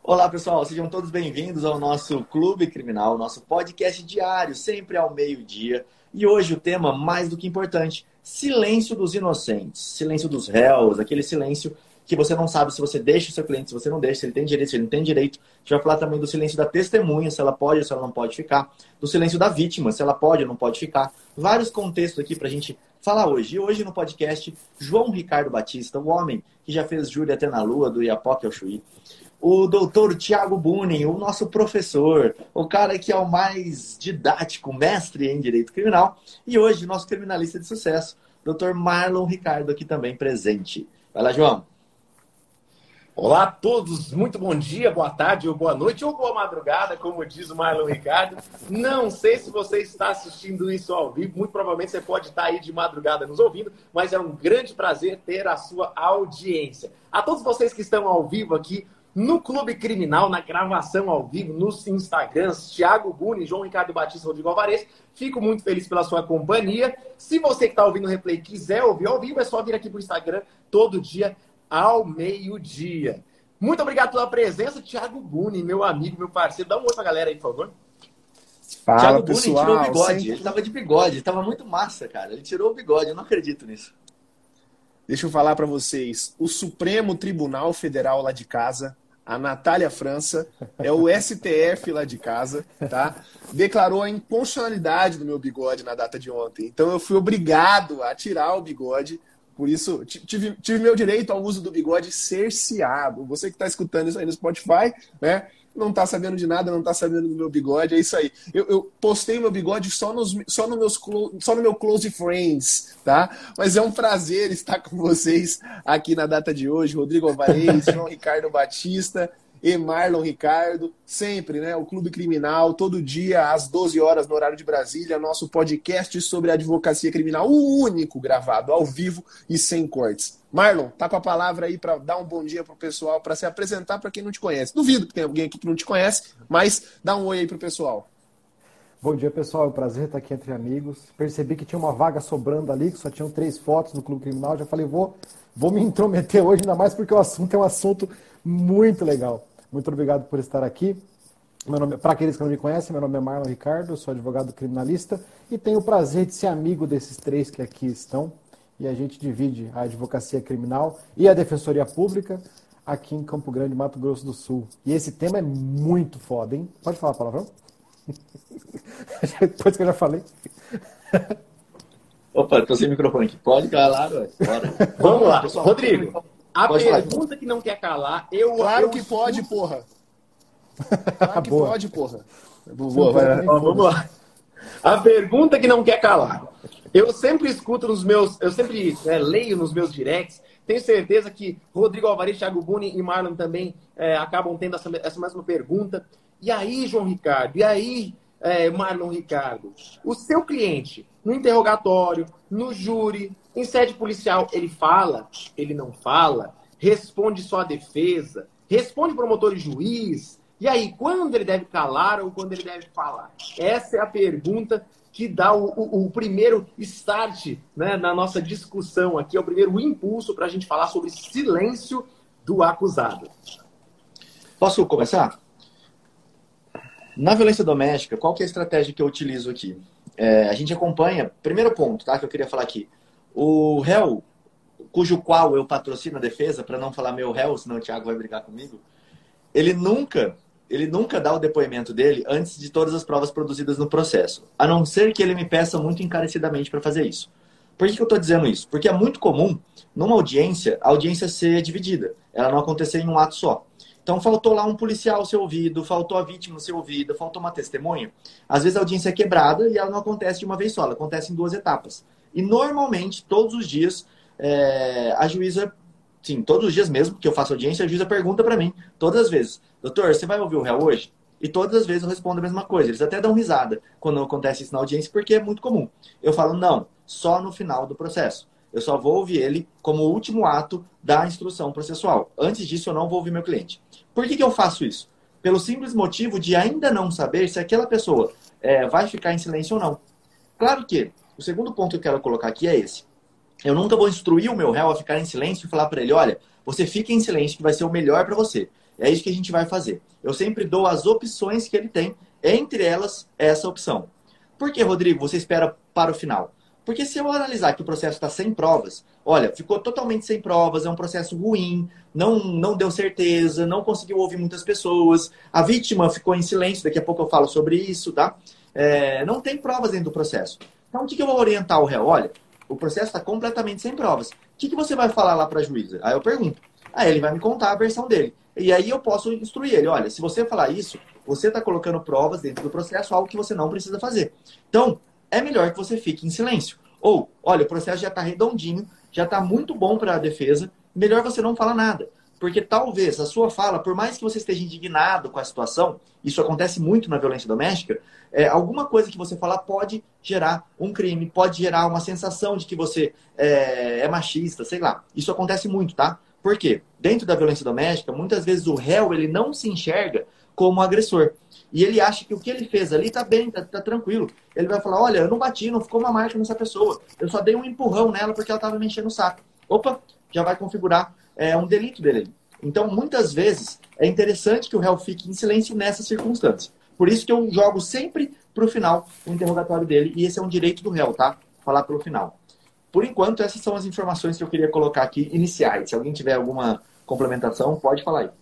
Olá, pessoal, sejam todos bem-vindos ao nosso Clube Criminal, nosso podcast diário, sempre ao meio-dia. E hoje o tema mais do que importante, silêncio dos inocentes, silêncio dos réus, aquele silêncio que você não sabe se você deixa o seu cliente, se você não deixa, se ele tem direito, se ele não tem direito. A gente vai falar também do silêncio da testemunha, se ela pode ou se ela não pode ficar. Do silêncio da vítima, se ela pode ou não pode ficar. Vários contextos aqui pra gente falar hoje. E hoje no podcast, João Ricardo Batista, o homem que já fez júri até na lua, do Iapoque ao Chuí. O doutor Thiago Bunin, o nosso professor, o cara que é o mais didático, mestre em Direito Criminal. E hoje, nosso criminalista de sucesso, doutor Marlon Ricardo, aqui também presente. Vai lá, João. Olá a todos, muito bom dia, boa tarde, ou boa noite, ou boa madrugada, como diz o Marlon Ricardo. Não sei se você está assistindo isso ao vivo, muito provavelmente você pode estar aí de madrugada nos ouvindo, mas é um grande prazer ter a sua audiência. A todos vocês que estão ao vivo aqui, no Clube Criminal, na gravação ao vivo, nos Instagrams, Thiago Bunin, João Ricardo Batista, Rodrigo Alvarez. Fico muito feliz pela sua companhia. Se você que está ouvindo o replay quiser ouvir ao vivo, é só vir aqui para o Instagram todo dia ao meio-dia. Muito obrigado pela presença, Thiago Bunin, meu amigo, meu parceiro. Dá um oi pra galera aí, por favor. Fala, Thiago Bunin tirou o bigode. Sempre... Ele tava de bigode, tava muito massa, cara. Ele tirou o bigode, eu não acredito nisso. Deixa eu falar para vocês, o Supremo Tribunal Federal lá de casa, a Natália França, é o STF lá de casa, tá? Declarou a inconstitucionalidade do meu bigode na data de ontem. Então eu fui obrigado a tirar o bigode, por isso tive meu direito ao uso do bigode cerceado. Você que está escutando isso aí no Spotify, né? Não tá sabendo de nada, não tá sabendo do meu bigode, é isso aí. Eu postei meu bigode só no meu Close Friends, tá? Mas é um prazer estar com vocês aqui na data de hoje. Rodrigo Alvarez, João Ricardo Batista e Marlon Ricardo, sempre, né? O Clube Criminal, todo dia às 12 horas no horário de Brasília, nosso podcast sobre advocacia criminal, o único gravado ao vivo e sem cortes. Marlon, tá com a palavra aí para dar um bom dia pro pessoal, para se apresentar para quem não te conhece. Duvido que tem alguém aqui que não te conhece, mas dá um oi aí pro pessoal. Bom dia, pessoal. É um prazer estar aqui entre amigos. Percebi que tinha uma vaga sobrando ali, que só tinham 3 fotos no Clube Criminal. Já falei, vou me intrometer hoje, ainda mais porque o assunto é um assunto muito legal. Muito obrigado por estar aqui. Para aqueles que não me conhecem, meu nome é Marlon Ricardo, eu sou advogado criminalista e tenho o prazer de ser amigo desses 3 que aqui estão. E a gente divide a advocacia criminal e a defensoria pública aqui em Campo Grande, Mato Grosso do Sul. E esse tema é muito foda, hein? Pode falar palavrão? Depois que eu já falei. Opa, tô sem microfone aqui. Pode calar, ué. Bora. Vamos lá, pessoal. Rodrigo, a pergunta que não quer calar, Claro que pode, porra. Claro que pode, porra. Boa, vamos lá. A pergunta que não quer calar. Eu sempre escuto leio nos meus directs. Tenho certeza que Rodrigo Alvarez, Thiago Bunin e Marlon também acabam tendo essa mesma pergunta. E aí, João Ricardo? E aí, Marlon Ricardo? O seu cliente, no interrogatório, no júri, em sede policial, ele fala? Ele não fala? Responde só a defesa? Responde promotor e juiz? E aí, quando ele deve calar ou quando ele deve falar? Essa é a pergunta que dá o primeiro start, né, na nossa discussão aqui, é o primeiro impulso para a gente falar sobre silêncio do acusado. Posso começar? Na violência doméstica, qual que é a estratégia que eu utilizo aqui? A gente acompanha, primeiro ponto, tá, que eu queria falar aqui, o réu, cujo qual eu patrocino a defesa, para não falar meu réu, senão o Thiago vai brigar comigo, ele nunca dá o depoimento dele antes de todas as provas produzidas no processo, a não ser que ele me peça muito encarecidamente para fazer isso. Por que eu estou dizendo isso? Porque é muito comum, numa audiência, a audiência ser dividida, ela não acontecer em um ato só. Então faltou lá um policial ser ouvido, faltou a vítima ser ouvida, faltou uma testemunha. Às vezes a audiência é quebrada e ela não acontece de uma vez só, ela acontece em 2 etapas. E normalmente, todos os dias, a juíza, sim, todos os dias mesmo que eu faço audiência, a juíza pergunta para mim, todas as vezes, doutor, você vai ouvir o réu hoje? E todas as vezes eu respondo a mesma coisa. Eles até dão risada quando acontece isso na audiência, porque é muito comum. Eu falo, não, só no final do processo. Eu só vou ouvir ele como último ato da instrução processual. Antes disso, eu não vou ouvir meu cliente. Por que eu faço isso? Pelo simples motivo de ainda não saber se aquela pessoa vai ficar em silêncio ou não. Claro que o segundo ponto que eu quero colocar aqui é esse. Eu nunca vou instruir o meu réu a ficar em silêncio e falar para ele, olha, você fica em silêncio que vai ser o melhor para você. É isso que a gente vai fazer. Eu sempre dou as opções que ele tem, entre elas, essa opção. Por que, Rodrigo, você espera para o final? Porque se eu analisar que o processo está sem provas, olha, ficou totalmente sem provas, é um processo ruim, não deu certeza, não conseguiu ouvir muitas pessoas, a vítima ficou em silêncio, daqui a pouco eu falo sobre isso, tá? Não tem provas dentro do processo. Então, o que eu vou orientar o réu? Olha, o processo está completamente sem provas. O que você vai falar lá para a juíza? Aí eu pergunto. Aí ele vai me contar a versão dele. E aí eu posso instruir ele. Olha, se você falar isso, você está colocando provas dentro do processo, algo que você não precisa fazer. Então, é melhor que você fique em silêncio. Ou, olha, o processo já está redondinho, já está muito bom para a defesa, melhor você não falar nada. Porque talvez a sua fala, por mais que você esteja indignado com a situação, isso acontece muito na violência doméstica, alguma coisa que você falar pode gerar um crime, pode gerar uma sensação de que você é machista, sei lá. Isso acontece muito, tá? Por quê? Dentro da violência doméstica, muitas vezes o réu ele não se enxerga como agressor. E ele acha que o que ele fez ali tá bem, tá tranquilo. Ele vai falar, olha, eu não bati, não ficou uma marca nessa pessoa. Eu só dei um empurrão nela porque ela estava me enchendo o saco. Opa, já vai configurar um delito dele. Então, muitas vezes, é interessante que o réu fique em silêncio nessas circunstâncias. Por isso que eu jogo sempre pro final o interrogatório dele. E esse é um direito do réu, tá? Falar pelo final. Por enquanto, essas são as informações que eu queria colocar aqui iniciais. Se alguém tiver alguma complementação, pode falar aí.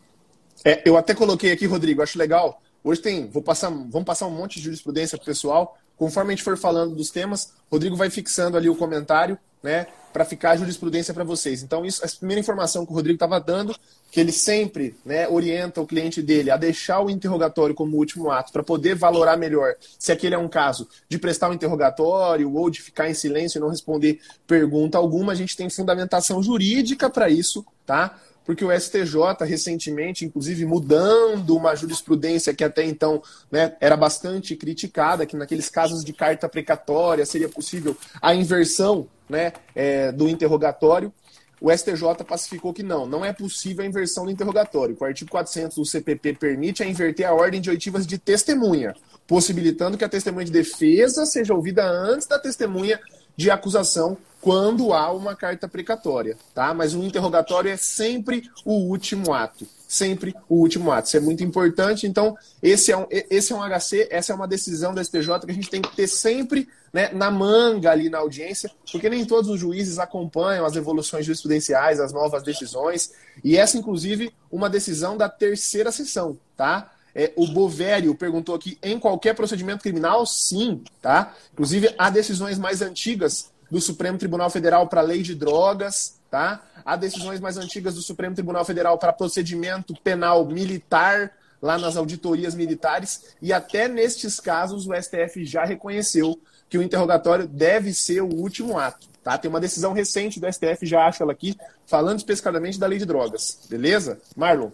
Eu até coloquei aqui, Rodrigo, acho legal. Hoje vamos passar um monte de jurisprudência para o pessoal. Conforme a gente for falando dos temas, Rodrigo vai fixando ali o comentário, né, para ficar a jurisprudência para vocês. Então, essa primeira informação que o Rodrigo estava dando, que ele sempre, né, orienta o cliente dele a deixar o interrogatório como último ato para poder valorar melhor se aquele é um caso de prestar um interrogatório ou de ficar em silêncio e não responder pergunta alguma. A gente tem fundamentação jurídica para isso, tá? Porque o STJ, recentemente, inclusive mudando uma jurisprudência que até então, né, era bastante criticada, que naqueles casos de carta precatória seria possível a inversão, né, do interrogatório. O STJ pacificou que não é possível a inversão do interrogatório. O artigo 400 do CPP permite inverter a ordem de oitivas de testemunha, possibilitando que a testemunha de defesa seja ouvida antes da testemunha de acusação quando há uma carta precatória, tá? Mas o interrogatório é sempre o último ato. Sempre o último ato. Isso é muito importante. Então, esse é um HC, essa é uma decisão da STJ que a gente tem que ter sempre, né, na manga ali na audiência, porque nem todos os juízes acompanham as evoluções jurisprudenciais, as novas decisões, e essa, inclusive, uma decisão da terceira sessão, tá? O Bovério perguntou aqui, em qualquer procedimento criminal? Sim, tá? Inclusive, há decisões mais antigas do Supremo Tribunal Federal para a lei de drogas, tá? Há decisões mais antigas do Supremo Tribunal Federal para procedimento penal militar, lá nas auditorias militares, e até nestes casos o STF já reconheceu que o interrogatório deve ser o último ato, tá? Tem uma decisão recente do STF, já acho ela aqui, falando especificamente da lei de drogas, beleza? Marlon?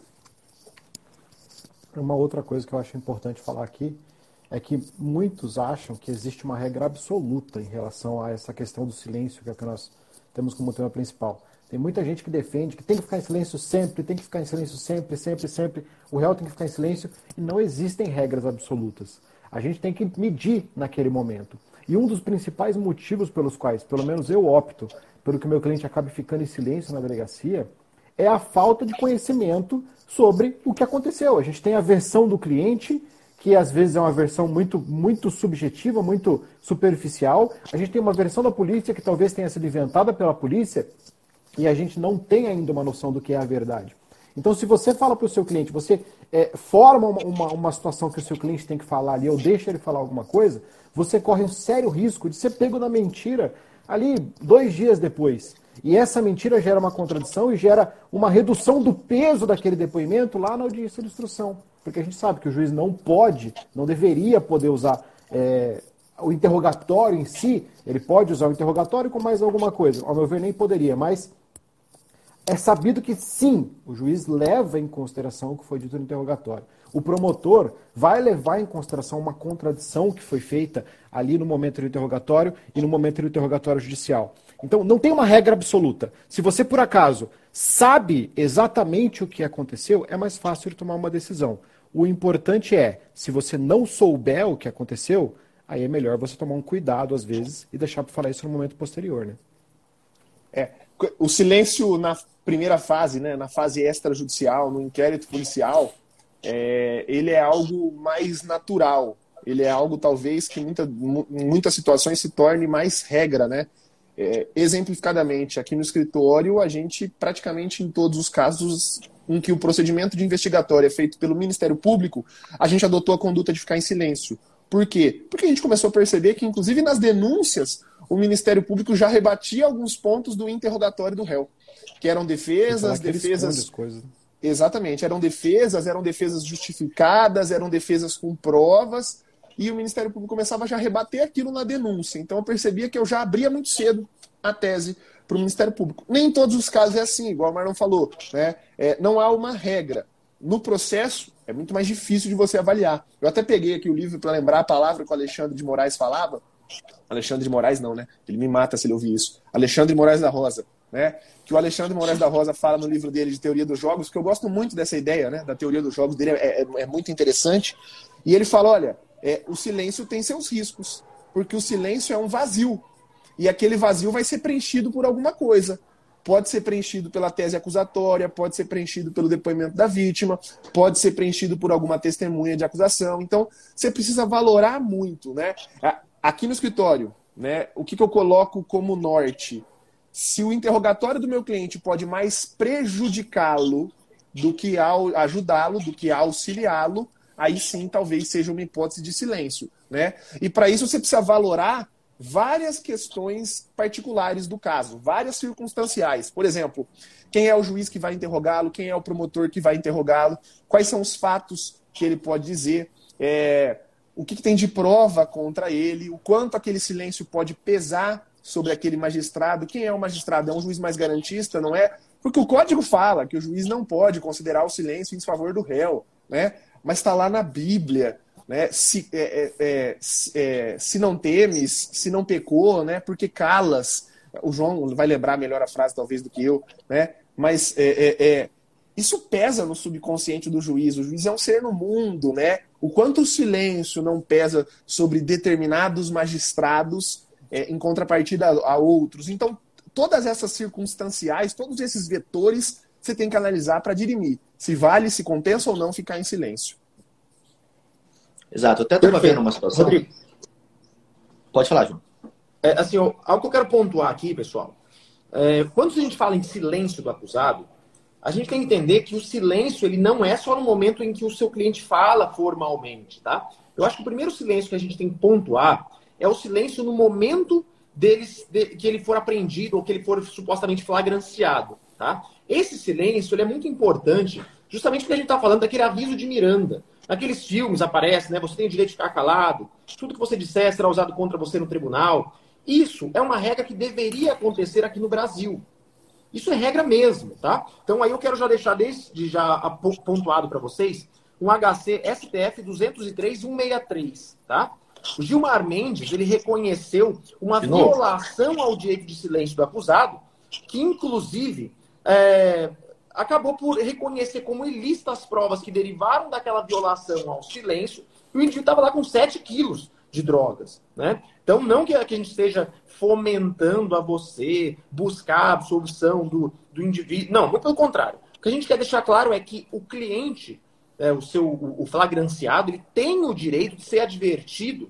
Uma outra coisa que eu acho importante falar aqui é que muitos acham que existe uma regra absoluta em relação a essa questão do silêncio, que é o que nós temos como tema principal. Tem muita gente que defende que tem que ficar em silêncio sempre, tem que ficar em silêncio sempre, sempre, sempre. O réu tem que ficar em silêncio e não existem regras absolutas. A gente tem que medir naquele momento. E um dos principais motivos pelos quais, pelo menos eu opto, pelo que o meu cliente acabe ficando em silêncio na delegacia, é a falta de conhecimento sobre o que aconteceu. A gente tem a versão do cliente, que às vezes é uma versão muito subjetiva, muito superficial. A gente tem uma versão da polícia que talvez tenha sido inventada pela polícia e a gente não tem ainda uma noção do que é a verdade. Então, se você fala para o seu cliente, você forma uma situação que o seu cliente tem que falar ali, ou deixa ele falar alguma coisa, você corre um sério risco de ser pego na mentira ali 2 dias depois. E essa mentira gera uma contradição e gera uma redução do peso daquele depoimento lá na audiência de instrução. Porque a gente sabe que o juiz não deveria poder usar o interrogatório em si. Ele pode usar o interrogatório com mais alguma coisa. Ao meu ver, nem poderia, mas é sabido que sim, o juiz leva em consideração o que foi dito no interrogatório. O promotor vai levar em consideração uma contradição que foi feita ali no momento do interrogatório e no momento do interrogatório judicial. Então, não tem uma regra absoluta. Se você, por acaso, sabe exatamente o que aconteceu, é mais fácil de tomar uma decisão. O importante é, se você não souber o que aconteceu, aí é melhor você tomar um cuidado, às vezes, e deixar para falar isso no momento posterior, né? o silêncio na primeira fase, né, na fase extrajudicial, no inquérito policial, ele é algo mais natural. Ele é algo, talvez, que em muitas situações se torne mais regra, né? Exemplificadamente, aqui no escritório, a gente, praticamente em todos os casos em que o procedimento de investigatório é feito pelo Ministério Público, a gente adotou a conduta de ficar em silêncio. Por quê? Porque a gente começou a perceber que, inclusive nas denúncias, o Ministério Público já rebatia alguns pontos do interrogatório do réu, que eram defesas. Exatamente, eram defesas justificadas, eram defesas com provas, e o Ministério Público começava já a rebater aquilo na denúncia. Então eu percebia que eu já abria muito cedo a tese para o Ministério Público. Nem em todos os casos é assim, igual o Marlon falou, né? Não há uma regra. No processo, é muito mais difícil de você avaliar. Eu até peguei aqui o livro para lembrar a palavra que o Alexandre de Moraes falava. Alexandre de Moraes não, né? Ele me mata se ele ouvir isso. Alexandre de Moraes da Rosa, né? Que o Alexandre de Moraes da Rosa fala no livro dele de Teoria dos Jogos, que eu gosto muito dessa ideia, né? Da teoria dos jogos dele, é muito interessante. E ele fala, olha, o silêncio tem seus riscos, porque o silêncio é um vazio. E aquele vazio vai ser preenchido por alguma coisa. Pode ser preenchido pela tese acusatória, pode ser preenchido pelo depoimento da vítima, pode ser preenchido por alguma testemunha de acusação. Então, você precisa valorar muito, né? Aqui no escritório, né, o que eu coloco como norte? Se o interrogatório do meu cliente pode mais prejudicá-lo do que ajudá-lo, do que auxiliá-lo, aí sim talvez seja uma hipótese de silêncio, né? E para isso você precisa valorar várias questões particulares do caso, várias circunstanciais. Por exemplo, quem é o juiz que vai interrogá-lo, quem é o promotor que vai interrogá-lo, quais são os fatos que ele pode dizer, o que tem de prova contra ele, o quanto aquele silêncio pode pesar sobre aquele magistrado, quem é o magistrado, é um juiz mais garantista, não é? Porque o código fala que o juiz não pode considerar o silêncio em desfavor do réu, né? Mas está lá na Bíblia, né? Se não temes, se não pecou, né? Porque calas. O João vai lembrar melhor a frase talvez do que eu, né? Mas isso pesa no subconsciente do juiz. O juiz é um ser no mundo, né? O quanto o silêncio não pesa sobre determinados magistrados em contrapartida a outros. Então, todas essas circunstanciais, todos esses vetores, você tem que analisar para dirimir se vale, se compensa ou não ficar em silêncio. Exato. Eu até estava vendo uma situação... Rodrigo. Pode falar, João. Assim, algo que eu quero pontuar aqui, pessoal. Quando a gente fala em silêncio do acusado, a gente tem que entender que o silêncio ele não é só no momento em que o seu cliente fala formalmente, tá? Eu acho que o primeiro silêncio que a gente tem que pontuar é o silêncio no momento que ele for apreendido ou que ele for supostamente flagranciado, tá? Esse silêncio ele é muito importante justamente porque a gente está falando daquele aviso de Miranda. Naqueles filmes aparece, né? Você tem o direito de ficar calado, tudo que você disser será usado contra você no tribunal. Isso é uma regra que deveria acontecer aqui no Brasil. Isso é regra mesmo, tá? Então aí eu quero já deixar desde já pontuado para vocês um HC STF 203-163, tá? O Gilmar Mendes, ele reconheceu uma violação ao direito de silêncio do acusado, que inclusive acabou por reconhecer como ilícita as provas que derivaram daquela violação ao silêncio, e o indivíduo estava lá com 7 quilos de drogas, né? Então, não que a gente esteja fomentando a você buscar a absolvição do indivíduo. Não, muito pelo contrário. O que a gente quer deixar claro é que o cliente, o flagranciado, ele tem o direito de ser advertido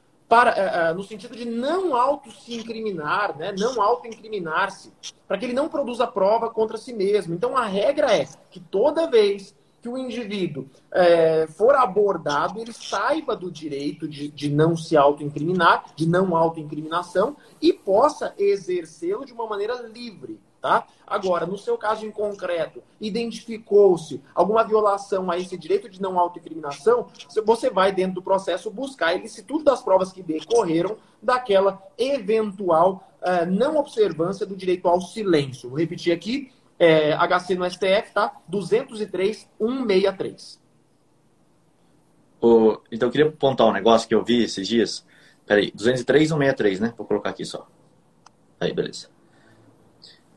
no sentido de não se incriminar, né? Não auto-incriminar-se, para que ele não produza prova contra si mesmo. Então, a regra é que toda vez que o indivíduo for abordado, ele saiba do direito de não se auto-incriminar, de não auto-incriminação, e possa exercê-lo de uma maneira livre, tá? Agora, no seu caso em concreto, identificou-se alguma violação a esse direito de não auto-incriminação, você vai, dentro do processo, buscar a ilicitude das provas que decorreram daquela eventual não observância do direito ao silêncio. Vou repetir aqui, HC no STF, tá? 203-163. Então, eu queria apontar um negócio que eu vi esses dias. Peraí, 203-163, né? Vou colocar aqui só. Aí, beleza.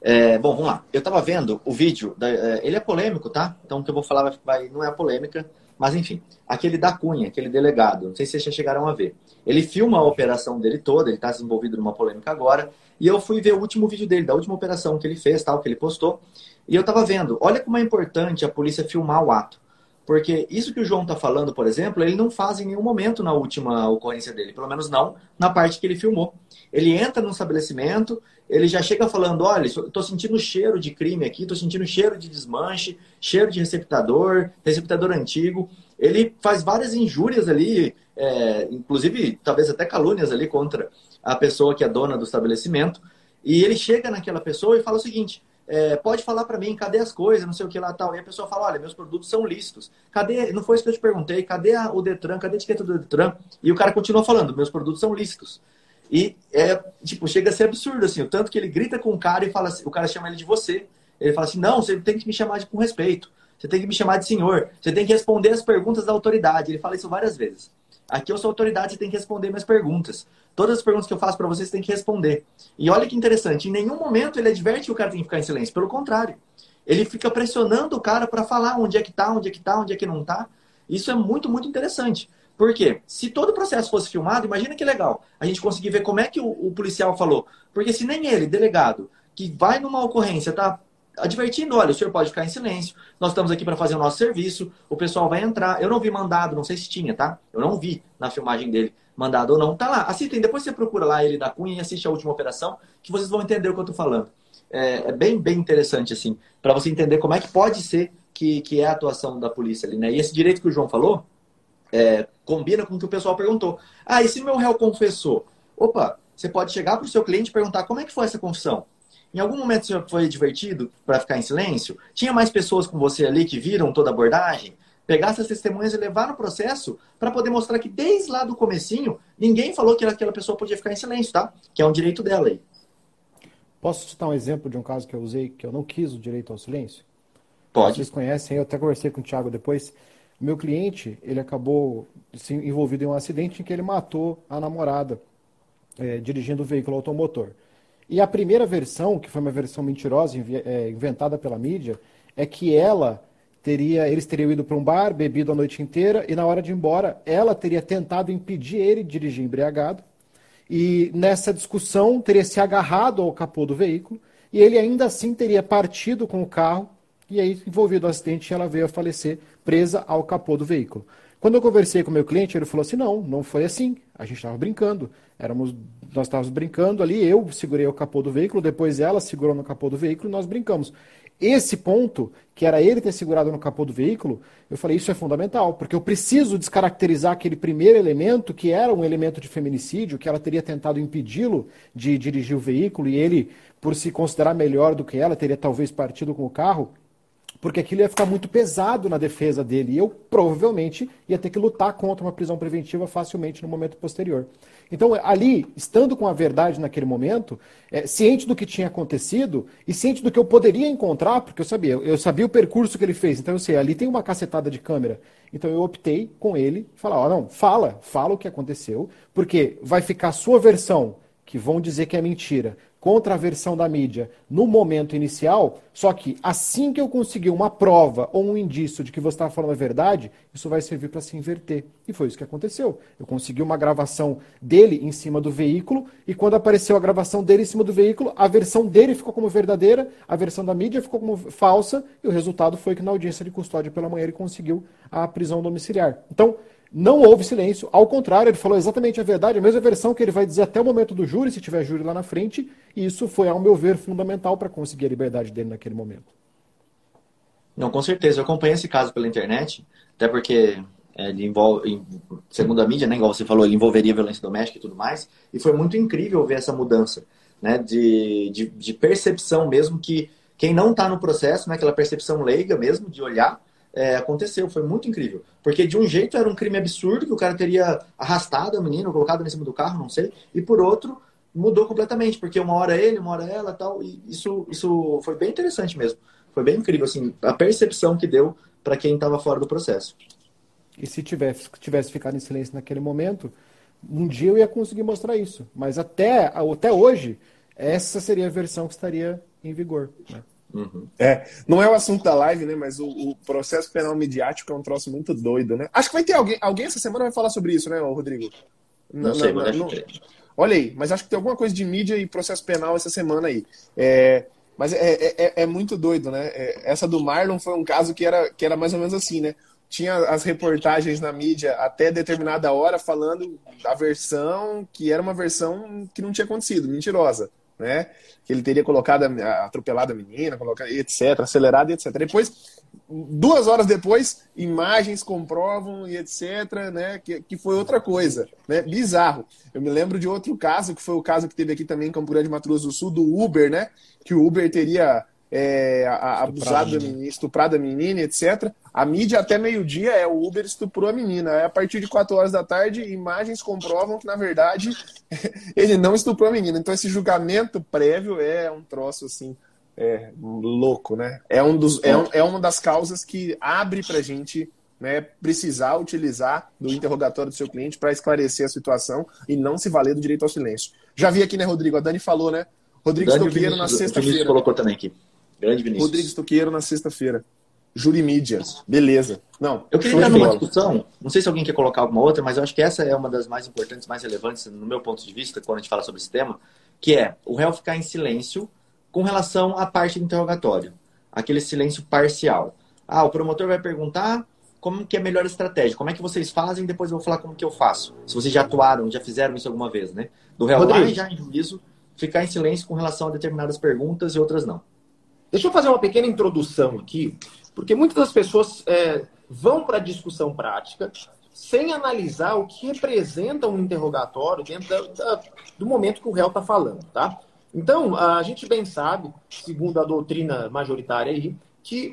Bom, vamos lá. Eu tava vendo o vídeo, ele é polêmico, tá? Então o que eu vou falar não é polêmica, mas enfim. Aquele da Cunha, aquele delegado, não sei se vocês já chegaram a ver. Ele filma a operação dele toda, ele tá envolvido numa polêmica agora, e eu fui ver o último vídeo dele, da última operação que ele fez, tal, que ele postou, e eu tava vendo, olha como é importante a polícia filmar o ato. Porque isso que o João tá falando, por exemplo, ele não faz em nenhum momento na última ocorrência dele, pelo menos não na parte que ele filmou. Ele entra num estabelecimento, ele já chega falando, olha, estou sentindo cheiro de crime aqui, estou sentindo cheiro de desmanche, cheiro de receptador antigo. Ele faz várias injúrias ali, inclusive talvez até calúnias ali contra a pessoa que é dona do estabelecimento. E ele chega naquela pessoa e fala o seguinte, pode falar para mim, cadê as coisas, não sei o que lá tal. E a pessoa fala, olha, meus produtos são lícitos. Cadê, não foi isso que eu te perguntei, cadê o Detran, cadê a etiqueta do Detran? E o cara continua falando, meus produtos são lícitos. E chega a ser absurdo, assim, o tanto que ele grita com o cara e fala assim, o cara chama ele de você. Ele fala assim, não, você tem que me chamar com respeito. Você tem que me chamar de senhor. Você tem que responder as perguntas da autoridade. Ele fala isso várias vezes. Aqui eu sou autoridade, você tem que responder minhas perguntas. Todas as perguntas que eu faço para você tem que responder. E olha que interessante, em nenhum momento ele adverte que o cara tem que ficar em silêncio. Pelo contrário, ele fica pressionando o cara para falar onde é que tá, onde é que tá, onde é que não tá. Isso é muito, muito interessante. Por quê? Se todo o processo fosse filmado, imagina que legal. A gente conseguir ver como é que o policial falou. Porque se nem ele, delegado, que vai numa ocorrência, tá advertindo, olha, o senhor pode ficar em silêncio, nós estamos aqui para fazer o nosso serviço, o pessoal vai entrar. Eu não vi mandado, não sei se tinha, tá? Eu não vi na filmagem dele mandado ou não. Tá lá, assistem, depois você procura lá ele da Cunha e assiste a última operação, que vocês vão entender o que eu tô falando. É bem, bem interessante, assim, para você entender como é que pode ser que é a atuação da polícia ali, né? E esse direito que o João falou, combina com o que o pessoal perguntou. Ah, e se meu réu confessou? Opa, você pode chegar para o seu cliente e perguntar como é que foi essa confissão? Em algum momento o senhor foi divertido para ficar em silêncio? Tinha mais pessoas com você ali que viram toda a abordagem? Pegar essas testemunhas e levar no processo para poder mostrar que desde lá do comecinho ninguém falou que aquela pessoa podia ficar em silêncio, tá? Que é um direito dela aí. Posso citar um exemplo de um caso que eu usei que eu não quis o direito ao silêncio? Pode. Vocês conhecem, eu até conversei com o Thiago depois. Meu cliente, ele acabou envolvido em um acidente em que ele matou a namorada dirigindo o veículo automotor. E a primeira versão, que foi uma versão mentirosa, inventada pela mídia, é que eles teriam ido para um bar, bebido a noite inteira, e na hora de ir embora, ela teria tentado impedir ele de dirigir embriagado, e nessa discussão teria se agarrado ao capô do veículo, e ele ainda assim teria partido com o carro, e aí, envolvido no acidente, ela veio a falecer presa ao capô do veículo. Quando eu conversei com o meu cliente, ele falou assim, não foi assim, a gente estava brincando, nós estávamos brincando ali, eu segurei o capô do veículo, depois ela segurou no capô do veículo e nós brincamos. Esse ponto, que era ele ter segurado no capô do veículo, eu falei, isso é fundamental, porque eu preciso descaracterizar aquele primeiro elemento, que era um elemento de feminicídio, que ela teria tentado impedi-lo de dirigir o veículo, e ele, por se considerar melhor do que ela, teria talvez partido com o carro, porque aquilo ia ficar muito pesado na defesa dele, e eu provavelmente ia ter que lutar contra uma prisão preventiva facilmente no momento posterior. Então, ali, estando com a verdade naquele momento, ciente do que tinha acontecido e ciente do que eu poderia encontrar, porque eu sabia o percurso que ele fez, então eu sei, ali tem uma cacetada de câmera. Então eu optei com ele, falar, não, fala o que aconteceu, porque vai ficar a sua versão, que vão dizer que é mentira, contra a versão da mídia no momento inicial, só que assim que eu conseguir uma prova ou um indício de que você estava falando a verdade, isso vai servir para se inverter. E foi isso que aconteceu. Eu consegui uma gravação dele em cima do veículo, e quando apareceu a gravação dele em cima do veículo, a versão dele ficou como verdadeira, a versão da mídia ficou como falsa, e o resultado foi que na audiência de custódia pela manhã ele conseguiu a prisão domiciliar. Então, não houve silêncio, ao contrário, ele falou exatamente a verdade, a mesma versão que ele vai dizer até o momento do júri, se tiver júri lá na frente, e isso foi, ao meu ver, fundamental para conseguir a liberdade dele naquele momento. Não, com certeza, eu acompanhei esse caso pela internet, até porque ele envolve, segundo a mídia, né, igual você falou, ele envolveria violência doméstica e tudo mais, e foi muito incrível ver essa mudança, né, de percepção mesmo, que quem não está no processo, né, aquela percepção leiga mesmo, de olhar, aconteceu, foi muito incrível. Porque de um jeito era um crime absurdo, que o cara teria arrastado a menina, colocado em cima do carro, não sei, e por outro, mudou completamente, porque uma hora ele, uma hora ela tal, e isso foi bem interessante mesmo. Foi bem incrível, assim, a percepção que deu para quem estava fora do processo. E se tivesse ficado em silêncio naquele momento, um dia eu ia conseguir mostrar isso. Mas até hoje, essa seria a versão que estaria em vigor. Né? Não é o assunto da live, né? Mas o processo penal midiático é um troço muito doido, né? Acho que vai ter alguém essa semana vai falar sobre isso, né, Rodrigo? Não sei, mas acho que... Olha aí, mas acho que tem alguma coisa de mídia e processo penal essa semana aí. Mas é muito doido, né? Essa do Marlon foi um caso que era mais ou menos assim, né? Tinha as reportagens na mídia até determinada hora falando da versão que era uma versão que não tinha acontecido, mentirosa, né? Que ele teria atropelado a menina, etc, acelerado, etc. Depois, 2 horas depois, imagens comprovam e etc, né? Que foi outra coisa, né? Bizarro. Eu me lembro de outro caso, que foi o caso que teve aqui também em Campo Grande, Mato Grosso do Sul, do Uber, né? Que o Uber teria abusado, estuprado a menina, etc. A mídia até meio-dia o Uber estuprou a menina. A partir de 4 horas da tarde, imagens comprovam que, na verdade, ele não estuprou a menina. Então, esse julgamento prévio é um troço, assim, louco, né? É uma das causas que abre pra gente, né, precisar utilizar do interrogatório do seu cliente para esclarecer a situação e não se valer do direito ao silêncio. Já vi aqui, né, Rodrigo? A Dani falou, né? Rodrigo Stoqueiro na sexta-feira. O Vinícius colocou também aqui. Grande Vinícius. Rodrigo Stoqueiro na sexta-feira. Jurimídia. Beleza. Não, eu queria entrar numa discussão, não sei se alguém quer colocar alguma outra, mas eu acho que essa é uma das mais importantes, mais relevantes, no meu ponto de vista, quando a gente fala sobre esse tema, que é o réu ficar em silêncio com relação à parte do interrogatório. Aquele silêncio parcial. O promotor vai perguntar como que é a melhor estratégia, como é que vocês fazem, depois eu vou falar como que eu faço. Se vocês já atuaram, já fizeram isso alguma vez, né? Do réu lá já em juízo, ficar em silêncio com relação a determinadas perguntas e outras não. Deixa eu fazer uma pequena introdução aqui, porque muitas das pessoas vão para a discussão prática sem analisar o que representa um interrogatório dentro do momento que o réu está falando, tá? Então, a gente bem sabe, segundo a doutrina majoritária aí, que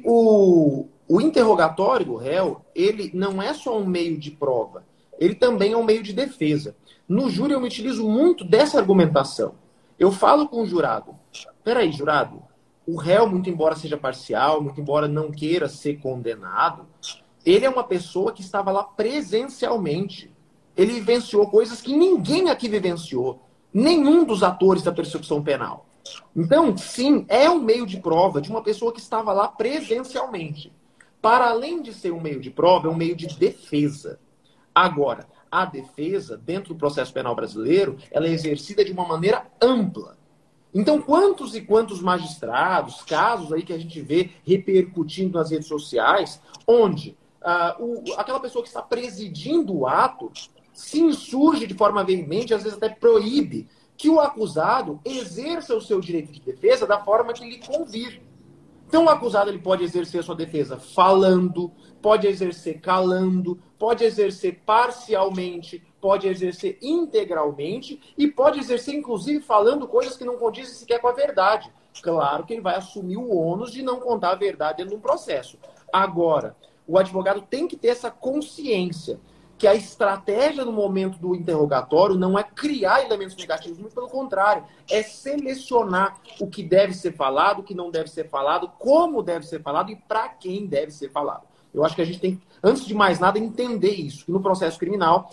o interrogatório do réu, ele não é só um meio de prova, ele também é um meio de defesa. No júri eu me utilizo muito dessa argumentação. Eu falo com o jurado, peraí, jurado, o réu, muito embora seja parcial, muito embora não queira ser condenado, ele é uma pessoa que estava lá presencialmente. Ele vivenciou coisas que ninguém aqui vivenciou. Nenhum dos atores da persecução penal. Então, sim, é um meio de prova de uma pessoa que estava lá presencialmente. Para além de ser um meio de prova, é um meio de defesa. Agora, a defesa, dentro do processo penal brasileiro, ela é exercida de uma maneira ampla. Então, quantos e quantos magistrados, casos aí que a gente vê repercutindo nas redes sociais, onde aquela pessoa que está presidindo o ato se insurge de forma veemente, às vezes até proíbe que o acusado exerça o seu direito de defesa da forma que lhe convir. Então, o acusado ele pode exercer a sua defesa falando, pode exercer calando, pode exercer parcialmente, pode exercer integralmente e pode exercer, inclusive, falando coisas que não condizem sequer com a verdade. Claro que ele vai assumir o ônus de não contar a verdade dentro de um processo. Agora, o advogado tem que ter essa consciência que a estratégia no momento do interrogatório não é criar elementos negativos, muito pelo contrário, é selecionar o que deve ser falado, o que não deve ser falado, como deve ser falado e para quem deve ser falado. Eu acho que a gente tem, antes de mais nada, entender isso, que no processo criminal,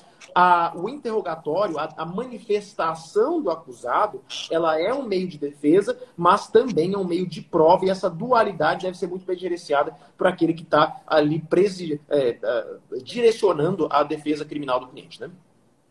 o interrogatório, a manifestação do acusado, ela é um meio de defesa, mas também é um meio de prova, e essa dualidade deve ser muito bem gerenciada por aquele que está ali direcionando a defesa criminal do cliente, né?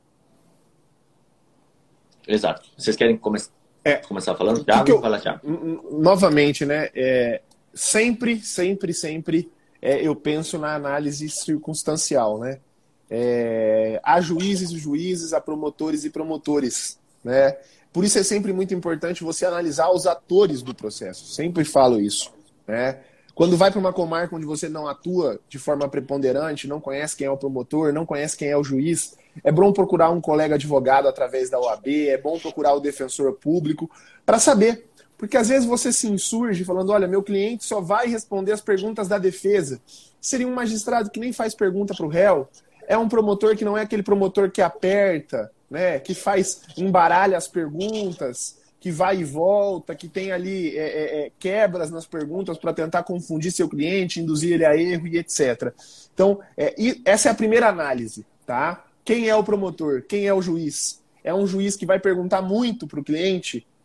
Exato. Vocês querem começar falando? Thiago? Fala, Thiago. Novamente, né? Sempre eu penso na análise circunstancial, né? Há juízes e juízes, há promotores e promotores, né? Por isso é sempre muito importante você analisar os atores do processo. Sempre falo isso, né? Quando vai para uma comarca onde você não atua de forma preponderante, não conhece quem é o promotor, não conhece quem é o juiz, é bom procurar um colega advogado através da OAB, é bom procurar o defensor público para saber. Porque às vezes você se insurge falando, olha, meu cliente só vai responder as perguntas da defesa. Seria um magistrado que nem faz pergunta para o réu. É um promotor que não é aquele promotor que aperta, né, que embaralha as perguntas, que vai e volta, que tem ali quebras nas perguntas para tentar confundir seu cliente, induzir ele a erro e etc. Então, essa é a primeira análise, tá? Quem é o promotor? Quem é o juiz? É um juiz que vai perguntar muito para o cliente?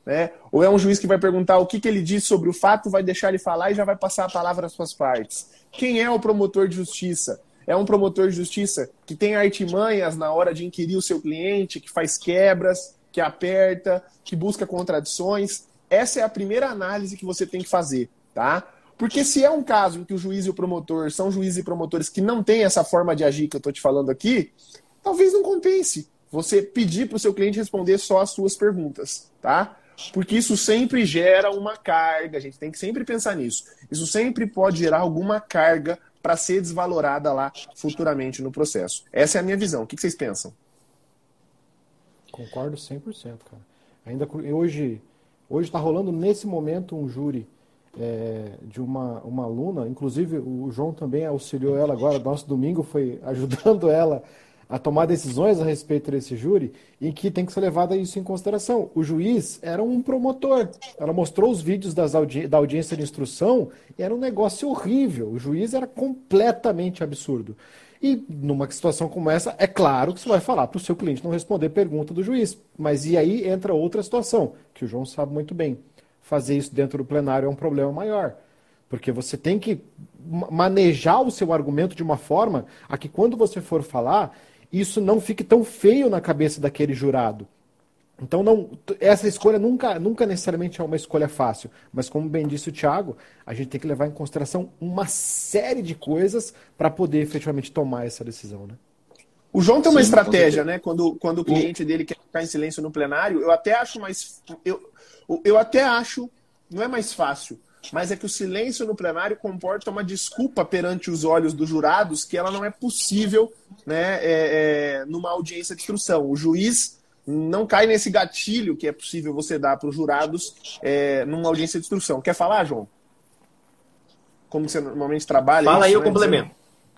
né? Ou é um juiz que vai perguntar o que ele diz sobre o fato, vai deixar ele falar e já vai passar a palavra às suas partes? Quem é o promotor de justiça? É um promotor de justiça que tem artimanhas na hora de inquirir o seu cliente, que faz quebras, que aperta, que busca contradições? Essa é a primeira análise que você tem que fazer, tá? Porque se é um caso em que o juiz e o promotor são juízes e promotores que não têm essa forma de agir que eu estou te falando aqui, talvez não compense você pedir para o seu cliente responder só as suas perguntas, tá? Porque isso sempre gera uma carga, a gente tem que sempre pensar nisso. Isso sempre pode gerar alguma carga para ser desvalorada lá futuramente no processo. Essa é a minha visão. O que vocês pensam? Concordo 100%, cara. Ainda hoje está rolando nesse momento um júri de uma aluna, inclusive o João também auxiliou ela agora, nosso domingo foi ajudando ela a tomar decisões a respeito desse júri, em que tem que ser levado isso em consideração. O juiz era um promotor. Ela mostrou os vídeos da audiência de instrução e era um negócio horrível. O juiz era completamente absurdo. E numa situação como essa, é claro que você vai falar para o seu cliente não responder pergunta do juiz. Mas e aí entra outra situação, que o João sabe muito bem. Fazer isso dentro do plenário é um problema maior. Porque você tem que manejar o seu argumento de uma forma a que quando você for falar, isso não fique tão feio na cabeça daquele jurado. Então, essa escolha nunca necessariamente é uma escolha fácil. Mas, como bem disse o Thiago, a gente tem que levar em consideração uma série de coisas para poder efetivamente tomar essa decisão, né? O João tem uma estratégia, né? Quando o cliente dele quer ficar em silêncio no plenário, eu até acho não é mais fácil, mas é que o silêncio no plenário comporta uma desculpa perante os olhos dos jurados que ela não é possível, né, numa audiência de instrução. O juiz não cai nesse gatilho que é possível você dar para os jurados numa audiência de instrução. Quer falar, João? Como você normalmente trabalha? Fala isso, aí, eu né? complemento.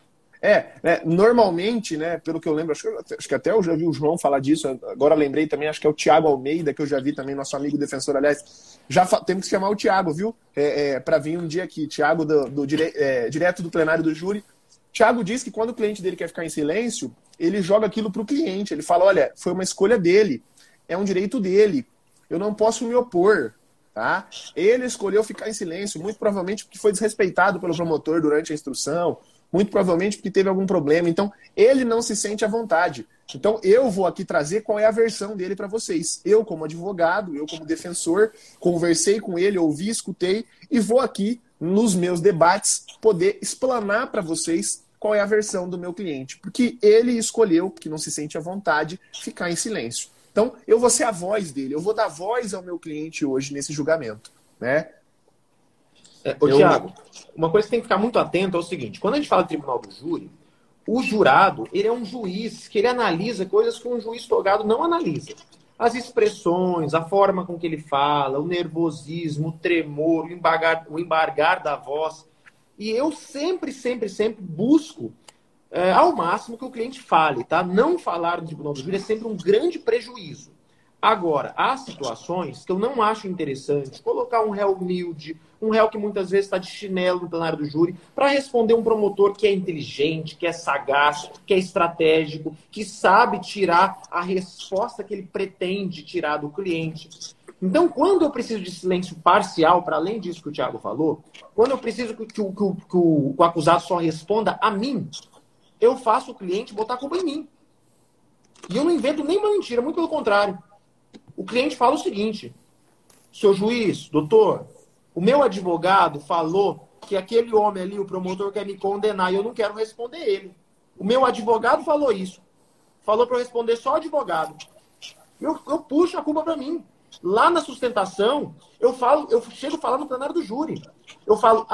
Normalmente, né, pelo que eu lembro, acho que até eu já vi o João falar disso, agora lembrei também, acho que é o Thiago Almeida, que eu já vi também, nosso amigo defensor, aliás, temos que chamar o Thiago, viu, para vir um dia aqui, Thiago direto do plenário do júri. Thiago diz que quando o cliente dele quer ficar em silêncio, ele joga aquilo para o cliente, ele fala, olha, foi uma escolha dele, é um direito dele, eu não posso me opor, tá? Ele escolheu ficar em silêncio, muito provavelmente porque foi desrespeitado pelo promotor durante a instrução, muito provavelmente porque teve algum problema. Então, ele não se sente à vontade. Então, eu vou aqui trazer qual é a versão dele para vocês. Eu, como advogado, eu, como defensor, conversei com ele, ouvi, escutei, e vou aqui, nos meus debates, poder explanar para vocês qual é a versão do meu cliente. Porque ele escolheu, porque não se sente à vontade, ficar em silêncio. Então, eu vou ser a voz dele. Eu vou dar voz ao meu cliente hoje nesse julgamento, né? Thiago, uma coisa que tem que ficar muito atento é o seguinte, quando a gente fala de tribunal do júri, o jurado, ele é um juiz que ele analisa coisas que um juiz togado não analisa. As expressões, a forma com que ele fala, o nervosismo, o tremor, o embargar da voz. E eu sempre busco ao máximo que o cliente fale, tá? Não falar no tribunal do júri é sempre um grande prejuízo. Agora, há situações que eu não acho interessante colocar um réu humilde, um réu que muitas vezes está de chinelo no plenário do júri, para responder um promotor que é inteligente, que é sagaz, que é estratégico, que sabe tirar a resposta que ele pretende tirar do cliente. Então, quando eu preciso de silêncio parcial, para além disso que o Thiago falou, quando eu preciso que o acusado só responda a mim, eu faço o cliente botar a culpa em mim. E eu não invento nenhuma mentira, muito pelo contrário. O cliente fala o seguinte: seu juiz, doutor, o meu advogado falou que aquele homem ali, o promotor, quer me condenar e eu não quero responder ele. O meu advogado falou isso. Falou para eu responder só o advogado. Eu puxo a culpa para mim. Lá na sustentação, eu chego a falar no plenário do júri. Eu falo,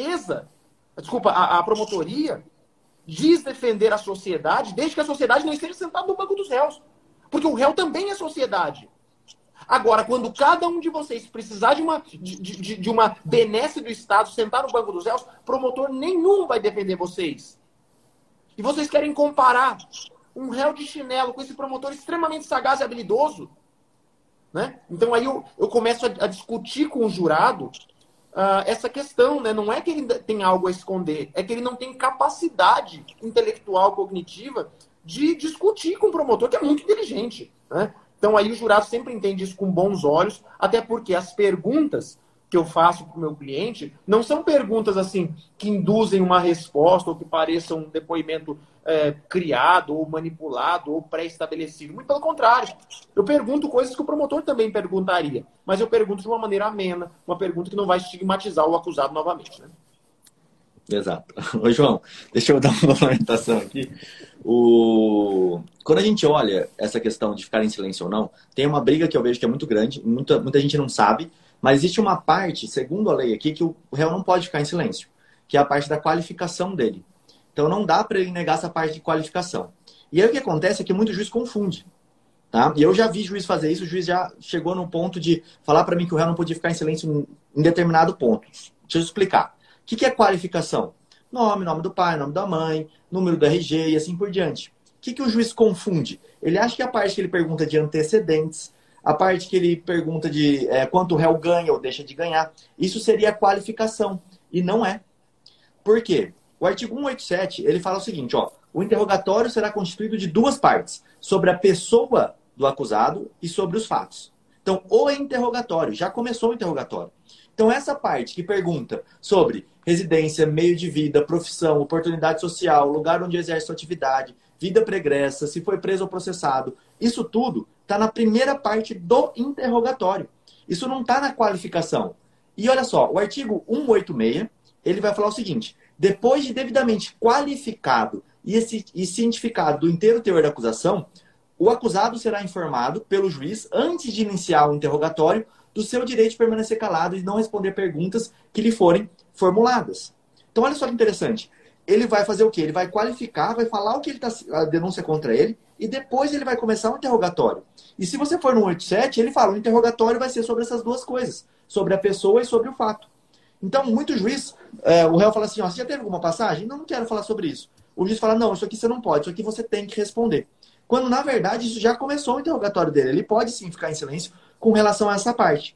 a promotoria diz defender a sociedade desde que a sociedade não esteja sentada no banco dos réus. Porque o réu também é sociedade. Agora, quando cada um de vocês precisar de uma benesse do Estado, sentar no banco dos réus, promotor nenhum vai defender vocês. E vocês querem comparar um réu de chinelo com esse promotor extremamente sagaz e habilidoso? Né? Então aí eu começo a discutir com o jurado essa questão, né? Não é que ele tem algo a esconder, é que ele não tem capacidade intelectual, cognitiva, de discutir com o promotor, que é muito inteligente, né? Então aí o jurado sempre entende isso com bons olhos, até porque as perguntas que eu faço para o meu cliente não são perguntas assim que induzem uma resposta ou que pareçam um depoimento criado ou manipulado ou pré-estabelecido. Muito pelo contrário. Eu pergunto coisas que o promotor também perguntaria, mas eu pergunto de uma maneira amena, uma pergunta que não vai estigmatizar o acusado novamente, né? Exato. Ô, João, deixa eu dar uma complementação aqui. Quando a gente olha essa questão de ficar em silêncio ou não, tem uma briga que eu vejo que é muito grande, muita gente não sabe, mas existe uma parte, segundo a lei aqui, que o réu não pode ficar em silêncio, que é a parte da qualificação dele. Então não dá para ele negar essa parte de qualificação. E aí o que acontece é que muito juiz confunde. Tá? E eu já vi juiz fazer isso, o juiz já chegou no ponto de falar para mim que o réu não podia ficar em silêncio em determinado ponto. Deixa eu explicar. O que é qualificação? Nome do pai, nome da mãe, número do RG e assim por diante. O que o juiz confunde? Ele acha que a parte que ele pergunta de antecedentes, a parte que ele pergunta de quanto o réu ganha ou deixa de ganhar, isso seria qualificação. E não é. Por quê? O artigo 187, ele fala o seguinte, ó, o interrogatório será constituído de duas partes, sobre a pessoa do acusado e sobre os fatos. Então, o interrogatório, já começou o interrogatório. Então, essa parte que pergunta sobre residência, meio de vida, profissão, oportunidade social, lugar onde exerce sua atividade, vida pregressa, se foi preso ou processado, isso tudo está na primeira parte do interrogatório. Isso não está na qualificação. E olha só, o artigo 186, ele vai falar o seguinte, depois de devidamente qualificado e cientificado do inteiro teor da acusação, o acusado será informado pelo juiz, antes de iniciar o interrogatório, do seu direito de permanecer calado e não responder perguntas que lhe forem formuladas. Então, olha só que interessante. Ele vai fazer o quê? Ele vai qualificar, vai falar o que ele a denúncia contra ele, e depois ele vai começar o interrogatório. E se você for no 187, ele fala, o interrogatório vai ser sobre essas duas coisas, sobre a pessoa e sobre o fato. Então, muito juiz, o réu fala assim, ó, você já teve alguma passagem? Não quero falar sobre isso. O juiz fala, não, isso aqui você não pode, isso aqui você tem que responder. Quando, na verdade, isso já começou o interrogatório dele. Ele pode, sim, ficar em silêncio com relação a essa parte.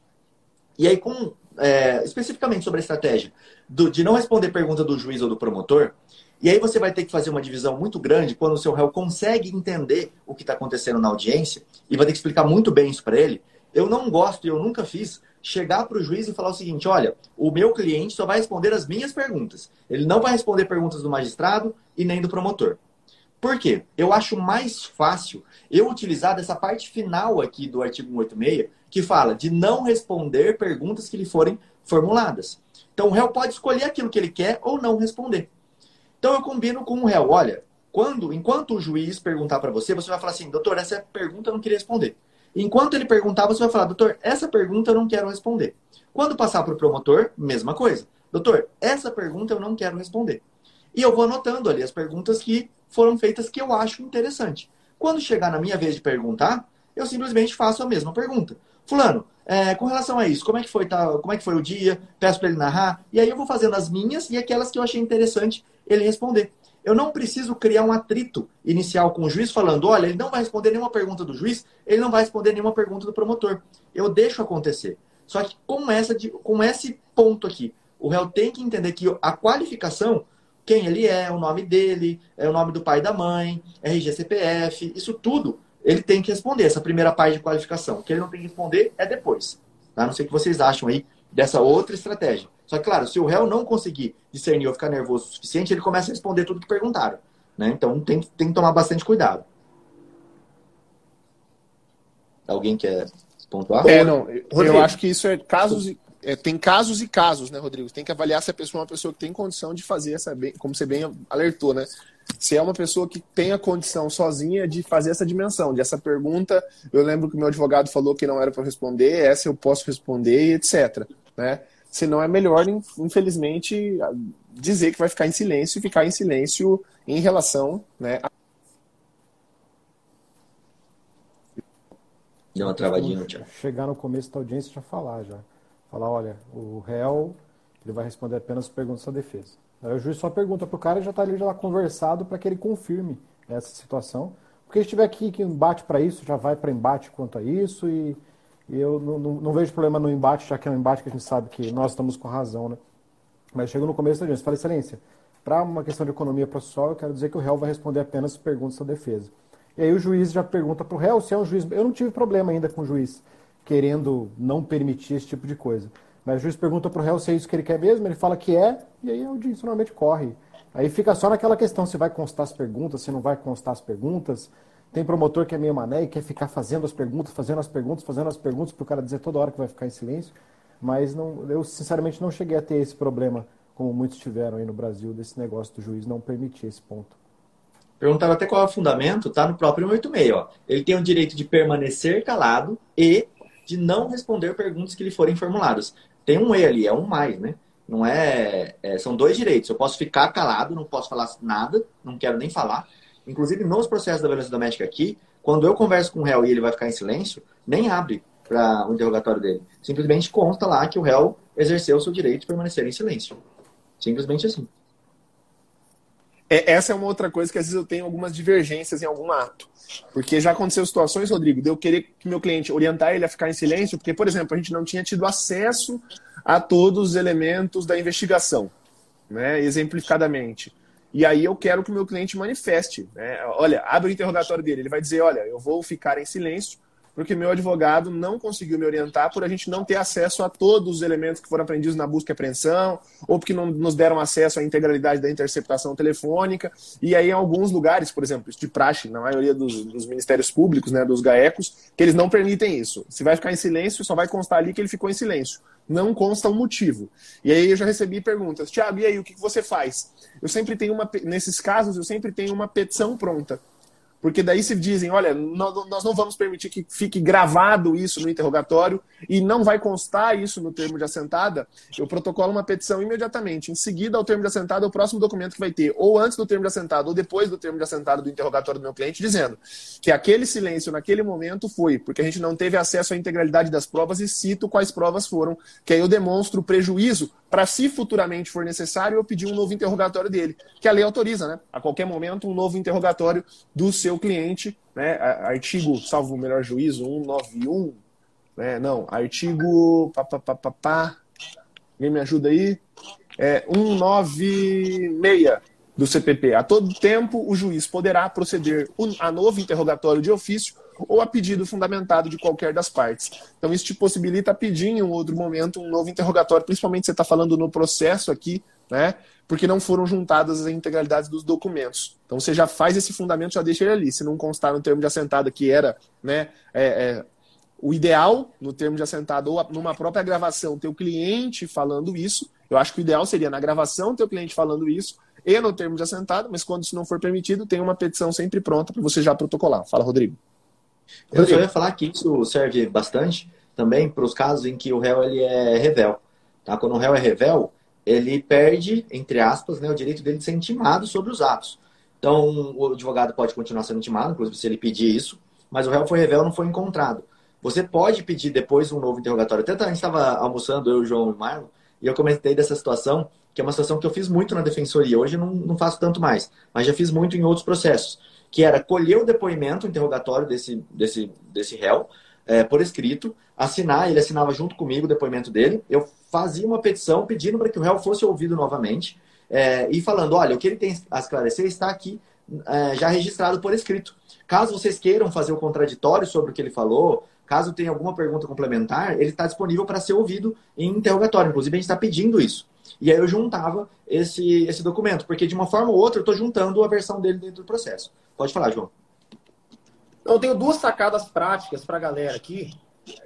E aí, especificamente sobre a estratégia de não responder pergunta do juiz ou do promotor, e aí você vai ter que fazer uma divisão muito grande quando o seu réu consegue entender o que está acontecendo na audiência e vai ter que explicar muito bem isso para ele. Eu não gosto, e eu nunca fiz, chegar para o juiz e falar o seguinte, olha, o meu cliente só vai responder as minhas perguntas. Ele não vai responder perguntas do magistrado e nem do promotor. Por quê? Eu acho mais fácil eu utilizar dessa parte final aqui do artigo 186, que fala de não responder perguntas que lhe forem formuladas. Então, o réu pode escolher aquilo que ele quer ou não responder. Então, eu combino com o réu, olha, enquanto o juiz perguntar para você, você vai falar assim, doutor, essa pergunta eu não queria responder. Enquanto ele perguntar, você vai falar, doutor, essa pergunta eu não quero responder. Quando passar para o promotor, mesma coisa. Doutor, essa pergunta eu não quero responder. E eu vou anotando ali as perguntas que foram feitas que eu acho interessante. Quando chegar na minha vez de perguntar, eu simplesmente faço a mesma pergunta. Fulano, com relação a isso, como é que foi o dia? Peço para ele narrar. E aí eu vou fazendo as minhas e aquelas que eu achei interessante ele responder. Eu não preciso criar um atrito inicial com o juiz falando, olha, ele não vai responder nenhuma pergunta do juiz, ele não vai responder nenhuma pergunta do promotor. Eu deixo acontecer. Só que com esse ponto aqui, o réu tem que entender que a qualificação, quem ele é, o nome dele, o nome do pai e da mãe, RG, CPF, isso tudo ele tem que responder, essa primeira parte de qualificação. O que ele não tem que responder é depois. Tá? Não sei o que vocês acham aí dessa outra estratégia. Só que, claro, se o réu não conseguir discernir ou ficar nervoso o suficiente, ele começa a responder tudo que perguntaram. Né? Então tem que tomar bastante cuidado. Alguém quer pontuar? Não. Eu acho que isso é casos... tem casos e casos, né, Rodrigo? Tem que avaliar se a pessoa é uma pessoa que tem condição de fazer como você bem alertou, né? Se é uma pessoa que tem a condição sozinha de fazer essa dimensão, de essa pergunta, eu lembro que o meu advogado falou que não era para eu responder, essa eu posso responder, etc. Né? Se não é melhor, infelizmente, dizer que vai ficar em silêncio e ficar em silêncio em relação, né? Deu uma travadinha no chat. Chegar no começo da audiência e já falar, Falar, olha, o réu ele vai responder apenas perguntas da defesa. Aí o juiz só pergunta pro cara e já está ali já conversado para que ele confirme essa situação. Porque se tiver aqui que embate para isso, já vai para embate quanto a isso e eu não vejo problema no embate, já que é um embate que a gente sabe que nós estamos com razão, né? Mas chega no começo da audiência, fala, excelência, para uma questão de economia processual, eu quero dizer que o réu vai responder apenas perguntas da defesa. E aí o juiz já pergunta para o réu se é um juiz... Eu não tive problema ainda com o juiz querendo não permitir esse tipo de coisa. Mas o juiz pergunta para o réu se é isso que ele quer mesmo, ele fala que é, e aí a audiência normalmente corre. Aí fica só naquela questão se vai constar as perguntas, se não vai constar as perguntas. Tem promotor que é meio mané e quer ficar fazendo as perguntas para o cara dizer toda hora que vai ficar em silêncio. Mas não, eu sinceramente não cheguei a ter esse problema, como muitos tiveram aí no Brasil, desse negócio do juiz não permitir esse ponto. Perguntaram até qual é o fundamento, tá no próprio 186, ó. Ele tem o direito de permanecer calado e de não responder perguntas que lhe forem formuladas. Tem um E ali, é um mais, né? Não são dois direitos. Eu posso ficar calado, não posso falar nada, não quero nem falar. Inclusive, nos processos da violência doméstica aqui, quando eu converso com o réu e ele vai ficar em silêncio, nem abre para o interrogatório dele. Simplesmente consta lá que o réu exerceu o seu direito de permanecer em silêncio. Simplesmente assim. Essa é uma outra coisa que às vezes eu tenho algumas divergências em algum ato. Porque já aconteceu situações, Rodrigo, de eu querer que meu cliente orientar ele a ficar em silêncio, porque, por exemplo, a gente não tinha tido acesso a todos os elementos da investigação, né, exemplificadamente. E aí eu quero que o meu cliente manifeste, né? Olha, abre o interrogatório dele, ele vai dizer, olha, eu vou ficar em silêncio porque meu advogado não conseguiu me orientar por a gente não ter acesso a todos os elementos que foram apreendidos na busca e apreensão, ou porque não nos deram acesso à integralidade da interceptação telefônica. E aí, em alguns lugares, por exemplo, isso de praxe, na maioria dos ministérios públicos, né, dos GAECos, que eles não permitem isso. Se vai ficar em silêncio, só vai constar ali que ele ficou em silêncio. Não consta o motivo. E aí eu já recebi perguntas. Tiago, e aí, o que você faz? Eu sempre tenho nesses casos, eu sempre tenho uma petição pronta. Porque daí se dizem, olha, nós não vamos permitir que fique gravado isso no interrogatório e não vai constar isso no termo de assentada, eu protocolo uma petição imediatamente. Em seguida, ao termo de assentada, é o próximo documento que vai ter, ou antes do termo de assentada, ou depois do termo de assentada do interrogatório do meu cliente, dizendo que aquele silêncio naquele momento foi porque a gente não teve acesso à integralidade das provas e cito quais provas foram, que aí eu demonstro o prejuízo para, se futuramente for necessário, eu pedir um novo interrogatório dele, que a lei autoriza, né? A qualquer momento, um novo interrogatório do seu cliente, né? Artigo, salvo o melhor juízo, 191, né? Não, artigo... Alguém me ajuda aí? 196 do CPP. A todo tempo, o juiz poderá proceder a novo interrogatório de ofício ou a pedido fundamentado de qualquer das partes. Então, isso te possibilita pedir em um outro momento um novo interrogatório, principalmente se você está falando no processo aqui, né? Porque não foram juntadas as integralidades dos documentos. Então, você já faz esse fundamento, já deixa ele ali. Se não constar no termo de assentada que era, né, o ideal, no termo de assentada ou numa própria gravação, ter o cliente falando isso, eu acho que o ideal seria na gravação ter o cliente falando isso e no termo de assentada, mas quando isso não for permitido, tem uma petição sempre pronta para você já protocolar. Fala, Rodrigo. Eu só ia falar que isso serve bastante também para os casos em que o réu ele é revel. Tá? Quando o réu é revel, ele perde, entre aspas, né, o direito dele de ser intimado sobre os atos. Então, o advogado pode continuar sendo intimado, inclusive se ele pedir isso, mas o réu foi revel, não foi encontrado. Você pode pedir depois um novo interrogatório. Até a gente estava almoçando, eu, o João e o Marlon, e eu comentei dessa situação, que é uma situação que eu fiz muito na defensoria. Hoje eu não faço tanto mais, mas já fiz muito em outros processos. Que era colher o depoimento, o interrogatório desse réu, por escrito, assinar, ele assinava junto comigo o depoimento dele, eu fazia uma petição pedindo para que o réu fosse ouvido novamente, e falando, olha, o que ele tem a esclarecer está aqui já registrado por escrito. Caso vocês queiram fazer o contraditório sobre o que ele falou, caso tenha alguma pergunta complementar, ele está disponível para ser ouvido em interrogatório. Inclusive, a gente está pedindo isso. E aí eu juntava esse documento, porque de uma forma ou outra eu estou juntando a versão dele dentro do processo. Pode falar, João. Eu tenho duas sacadas práticas para a galera aqui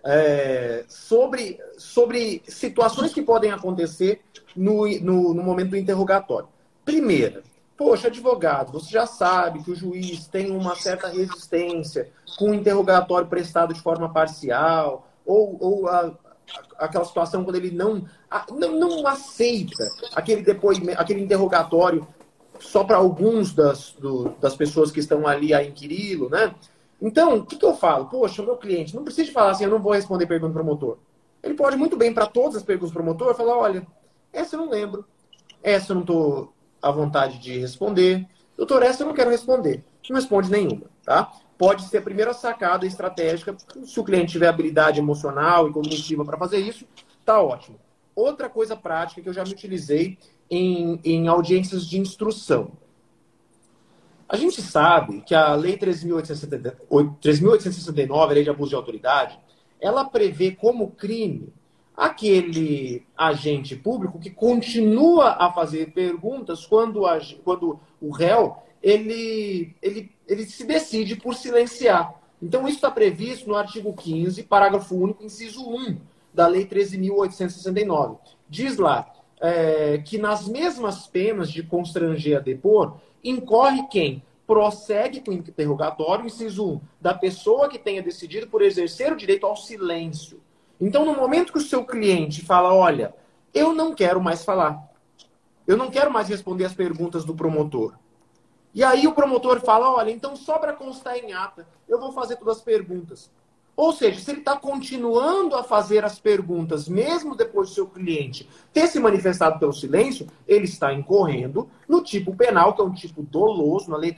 sobre situações que podem acontecer no momento do interrogatório. Primeira, poxa, advogado, você já sabe que o juiz tem uma certa resistência com o interrogatório prestado de forma parcial, ou aquela situação quando ele não aceita aquele interrogatório só para alguns das pessoas que estão ali a inquiri-lo, né? Então, o que eu falo? Poxa, o meu cliente não precisa falar assim, eu não vou responder pergunta do promotor. Ele pode muito bem, para todas as perguntas do promotor, falar, olha, essa eu não lembro, essa eu não estou à vontade de responder, doutor, essa eu não quero responder. Não responde nenhuma, tá? Pode ser a primeira sacada estratégica, se o cliente tiver habilidade emocional e cognitiva para fazer isso, tá ótimo. Outra coisa prática que eu já me utilizei em audiências de instrução. A gente sabe que a Lei 3.869, a Lei de Abuso de Autoridade, ela prevê como crime aquele agente público que continua a fazer perguntas quando o réu ele se decide por silenciar. Então, isso está previsto no artigo 15, parágrafo único, inciso 1 da Lei 13.869. Diz lá que nas mesmas penas de constranger a depor, incorre quem prossegue com o interrogatório, inciso 1, da pessoa que tenha decidido por exercer o direito ao silêncio. Então, no momento que o seu cliente fala, olha, eu não quero mais falar, eu não quero mais responder as perguntas do promotor. E aí o promotor fala, olha, então só para constar em ata, eu vou fazer todas as perguntas. Ou seja, se ele está continuando a fazer as perguntas, mesmo depois do seu cliente ter se manifestado pelo silêncio, ele está incorrendo no tipo penal, que é um tipo doloso, na Lei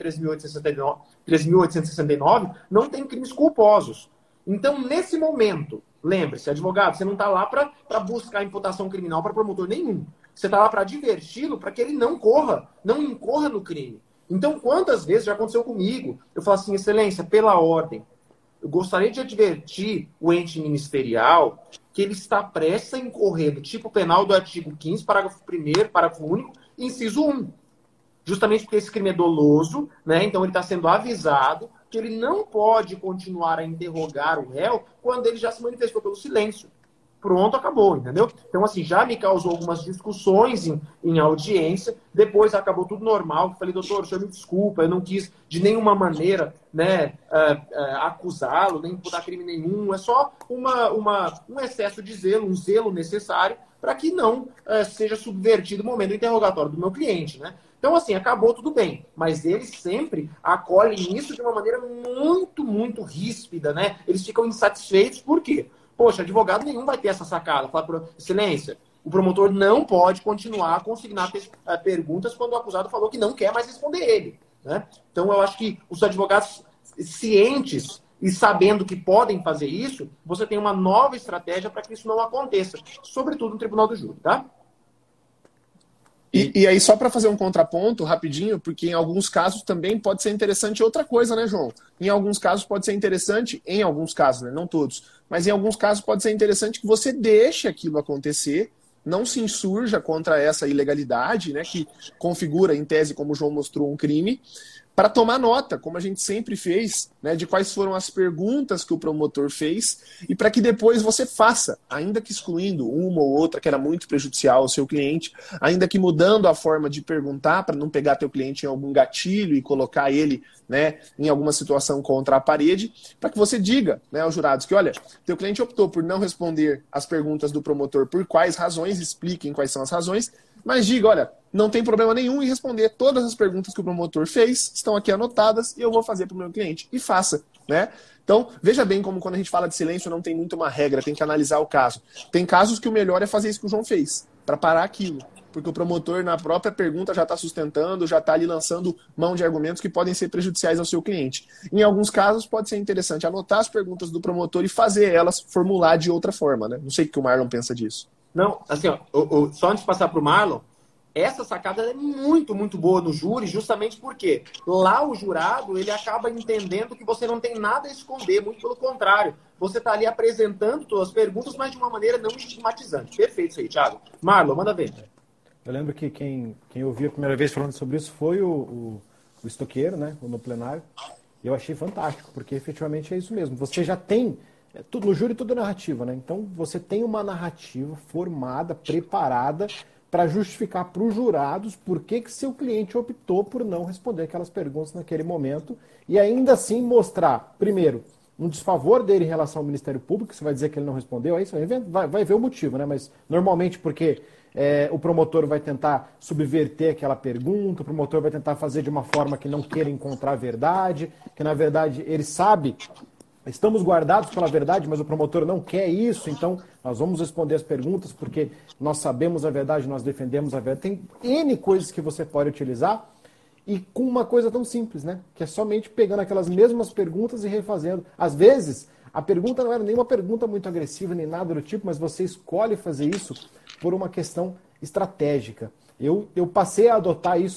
3.869, não tem crimes culposos. Então, nesse momento, lembre-se, advogado, você não está lá para buscar imputação criminal para promotor nenhum. Você está lá para adverti-lo para que ele não incorra no crime. Então, quantas vezes já aconteceu comigo? Eu falo assim, excelência, pela ordem, eu gostaria de advertir o ente ministerial que ele está prestes a incorrer no tipo penal do artigo 15, parágrafo 1º, parágrafo único, inciso 1. Justamente porque esse crime é doloso, né? Então ele está sendo avisado que ele não pode continuar a interrogar o réu quando ele já se manifestou pelo silêncio. Pronto, acabou, entendeu? Então, assim, já me causou algumas discussões em audiência, depois acabou tudo normal. Eu falei, doutor, o senhor me desculpa, eu não quis de nenhuma maneira, né, acusá-lo, nem imputar crime nenhum, é só um excesso de zelo, um zelo necessário para que não seja subvertido o momento do interrogatório do meu cliente, né? Então, assim, acabou tudo bem, mas eles sempre acolhem isso de uma maneira muito, muito ríspida, né? Eles ficam insatisfeitos, por quê? Poxa, advogado nenhum vai ter essa sacada. Fala, por excelência, o promotor não pode continuar a consignar perguntas quando o acusado falou que não quer mais responder ele, né? Então, eu acho que os advogados cientes e sabendo que podem fazer isso, você tem uma nova estratégia para que isso não aconteça, sobretudo no Tribunal do Júri, tá? E aí, só para fazer um contraponto rapidinho, porque em alguns casos também pode ser interessante outra coisa, né, João? Em alguns casos pode ser interessante, em alguns casos, né, não todos, mas em alguns casos pode ser interessante que você deixe aquilo acontecer, não se insurja contra essa ilegalidade, né, que configura, em tese, como o João mostrou, um crime, para tomar nota, como a gente sempre fez, né, de quais foram as perguntas que o promotor fez e para que depois você faça, ainda que excluindo uma ou outra que era muito prejudicial ao seu cliente, ainda que mudando a forma de perguntar para não pegar teu cliente em algum gatilho e colocar ele, né, em alguma situação contra a parede, para que você diga, né, aos jurados que, olha, teu cliente optou por não responder as perguntas do promotor por quais razões, expliquem quais são as razões, mas diga, olha, não tem problema nenhum em responder todas as perguntas que o promotor fez, estão aqui anotadas e eu vou fazer para o meu cliente. E faça, né? Então, veja bem como quando a gente fala de silêncio não tem muito uma regra, tem que analisar o caso. Tem casos que o melhor é fazer isso que o João fez, para parar aquilo. Porque o promotor, na própria pergunta, já está sustentando, já está ali lançando mão de argumentos que podem ser prejudiciais ao seu cliente. Em alguns casos, pode ser interessante anotar as perguntas do promotor e fazer elas formular de outra forma, né? Não sei o que o Marlon pensa disso. Não, assim, ó, só antes de passar para o Marlon, essa sacada é muito, muito boa no júri, justamente porque lá o jurado ele acaba entendendo que você não tem nada a esconder, muito pelo contrário. Você está ali apresentando suas perguntas, mas de uma maneira não estigmatizante. Perfeito isso aí, Thiago. Marlon, manda ver. Eu lembro que quem ouviu a primeira vez falando sobre isso foi o estoqueiro, né, no plenário. E eu achei fantástico, porque efetivamente é isso mesmo. Você já tem... Tudo, no júri tudo é narrativa, né? Então você tem uma narrativa formada, preparada para justificar para os jurados por que seu cliente optou por não responder aquelas perguntas naquele momento e ainda assim mostrar, primeiro, um desfavor dele em relação ao Ministério Público, você vai dizer que ele não respondeu, aí você vai ver o motivo, né? Mas normalmente porque o promotor vai tentar subverter aquela pergunta, o promotor vai tentar fazer de uma forma que não queira encontrar a verdade, que na verdade ele sabe... Estamos guardados pela verdade, mas o promotor não quer isso, então nós vamos responder as perguntas porque nós sabemos a verdade, nós defendemos a verdade. Tem N coisas que você pode utilizar e com uma coisa tão simples, né? Que é somente pegando aquelas mesmas perguntas e refazendo. Às vezes, a pergunta não era nenhuma pergunta muito agressiva, nem nada do tipo, mas você escolhe fazer isso por uma questão estratégica. Eu passei a adotar isso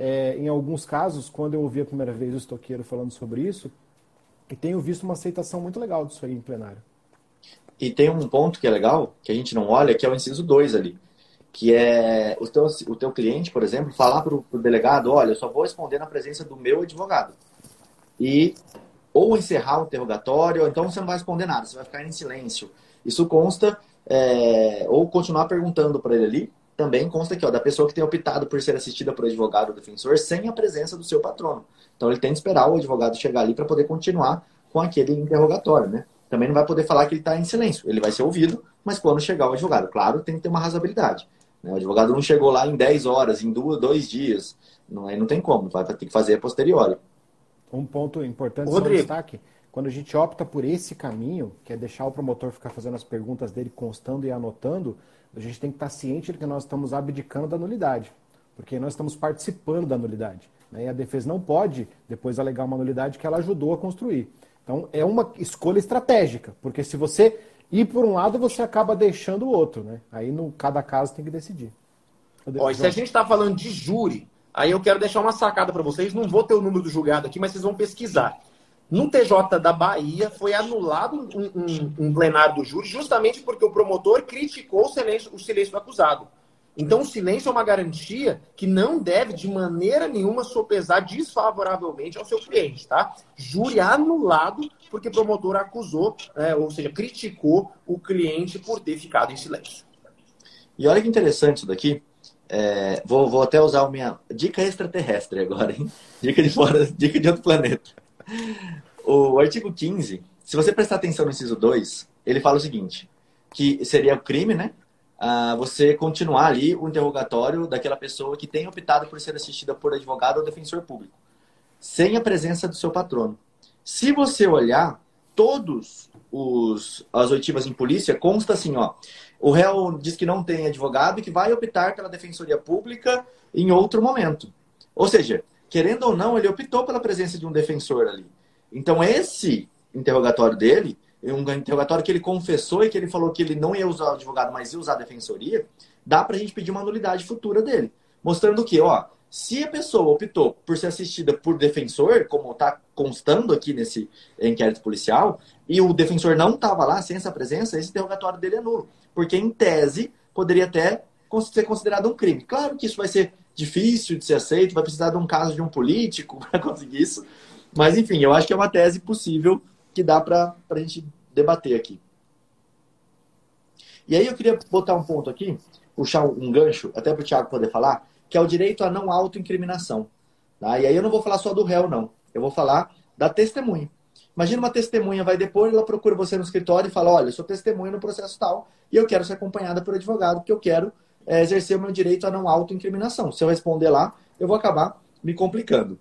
em alguns casos, quando eu ouvi a primeira vez o estoqueiro falando sobre isso, e tenho visto uma aceitação muito legal disso aí em plenário. E tem um ponto que é legal, que a gente não olha, que é o inciso 2 ali, que é o teu cliente, por exemplo, falar para o delegado, olha, eu só vou responder na presença do meu advogado. E ou encerrar o interrogatório, ou então você não vai responder nada, você vai ficar em silêncio. Isso consta, ou continuar perguntando para ele ali, também consta aqui, ó, da pessoa que tem optado por ser assistida por advogado ou defensor sem a presença do seu patrono. Então ele tem que esperar o advogado chegar ali para poder continuar com aquele interrogatório, né? Também não vai poder falar que ele está em silêncio. Ele vai ser ouvido, mas quando chegar o advogado, claro, tem que ter uma razoabilidade. Né? O advogado não chegou lá em 10 horas, em 2 dias. Aí não tem como, vai ter que fazer a posteriori. Um ponto importante, só um destaque, quando a gente opta por esse caminho, que é deixar o promotor ficar fazendo as perguntas dele, constando e anotando, a gente tem que estar ciente de que nós estamos abdicando da nulidade, porque nós estamos participando da nulidade. Né? E a defesa não pode depois alegar uma nulidade que ela ajudou a construir. Então, é uma escolha estratégica, porque se você ir por um lado, você acaba deixando o outro. Né? Aí, cada caso tem que decidir. E se a gente está falando de júri, aí eu quero deixar uma sacada para vocês. Não vou ter o número do julgado aqui, mas vocês vão pesquisar. No TJ da Bahia, foi anulado um plenário do júri justamente porque o promotor criticou o silêncio do acusado. Então, o silêncio é uma garantia que não deve, de maneira nenhuma, sopesar desfavoravelmente ao seu cliente, tá? Júri anulado porque o promotor acusou, ou seja, criticou o cliente por ter ficado em silêncio. E olha que interessante isso daqui. Vou até usar a minha dica extraterrestre agora, hein? Dica de fora, dica de outro planeta. O artigo 15, se você prestar atenção no inciso 2, ele fala o seguinte, que seria o crime, né? Você continuar ali o interrogatório daquela pessoa que tem optado por ser assistida por advogado ou defensor público, sem a presença do seu patrono. Se você olhar, todos as oitivas em polícia, consta assim, ó, o réu diz que não tem advogado e que vai optar pela defensoria pública em outro momento. Ou seja, querendo ou não, ele optou pela presença de um defensor ali. Então, esse interrogatório dele, um interrogatório que ele confessou e que ele falou que ele não ia usar o advogado, mas ia usar a defensoria, dá pra gente pedir uma nulidade futura dele. Mostrando que, ó, se a pessoa optou por ser assistida por defensor, como está constando aqui nesse inquérito policial, e o defensor não estava lá, sem essa presença, esse interrogatório dele é nulo. Porque, em tese, poderia até ser considerado um crime. Claro que isso vai ser difícil de ser aceito, vai precisar de um caso de um político para conseguir isso. Mas, enfim, eu acho que é uma tese possível que dá para a gente debater aqui. E aí eu queria botar um ponto aqui, puxar um gancho, até para o Thiago poder falar, que é o direito à não autoincriminação. Tá? E aí eu não vou falar só do réu, não. Eu vou falar da testemunha. Imagina uma testemunha vai depor, ela procura você no escritório e fala, olha, eu sou testemunha no processo tal e eu quero ser acompanhada por advogado porque eu quero exercer o meu direito à não autoincriminação. Se eu responder lá, eu vou acabar me complicando.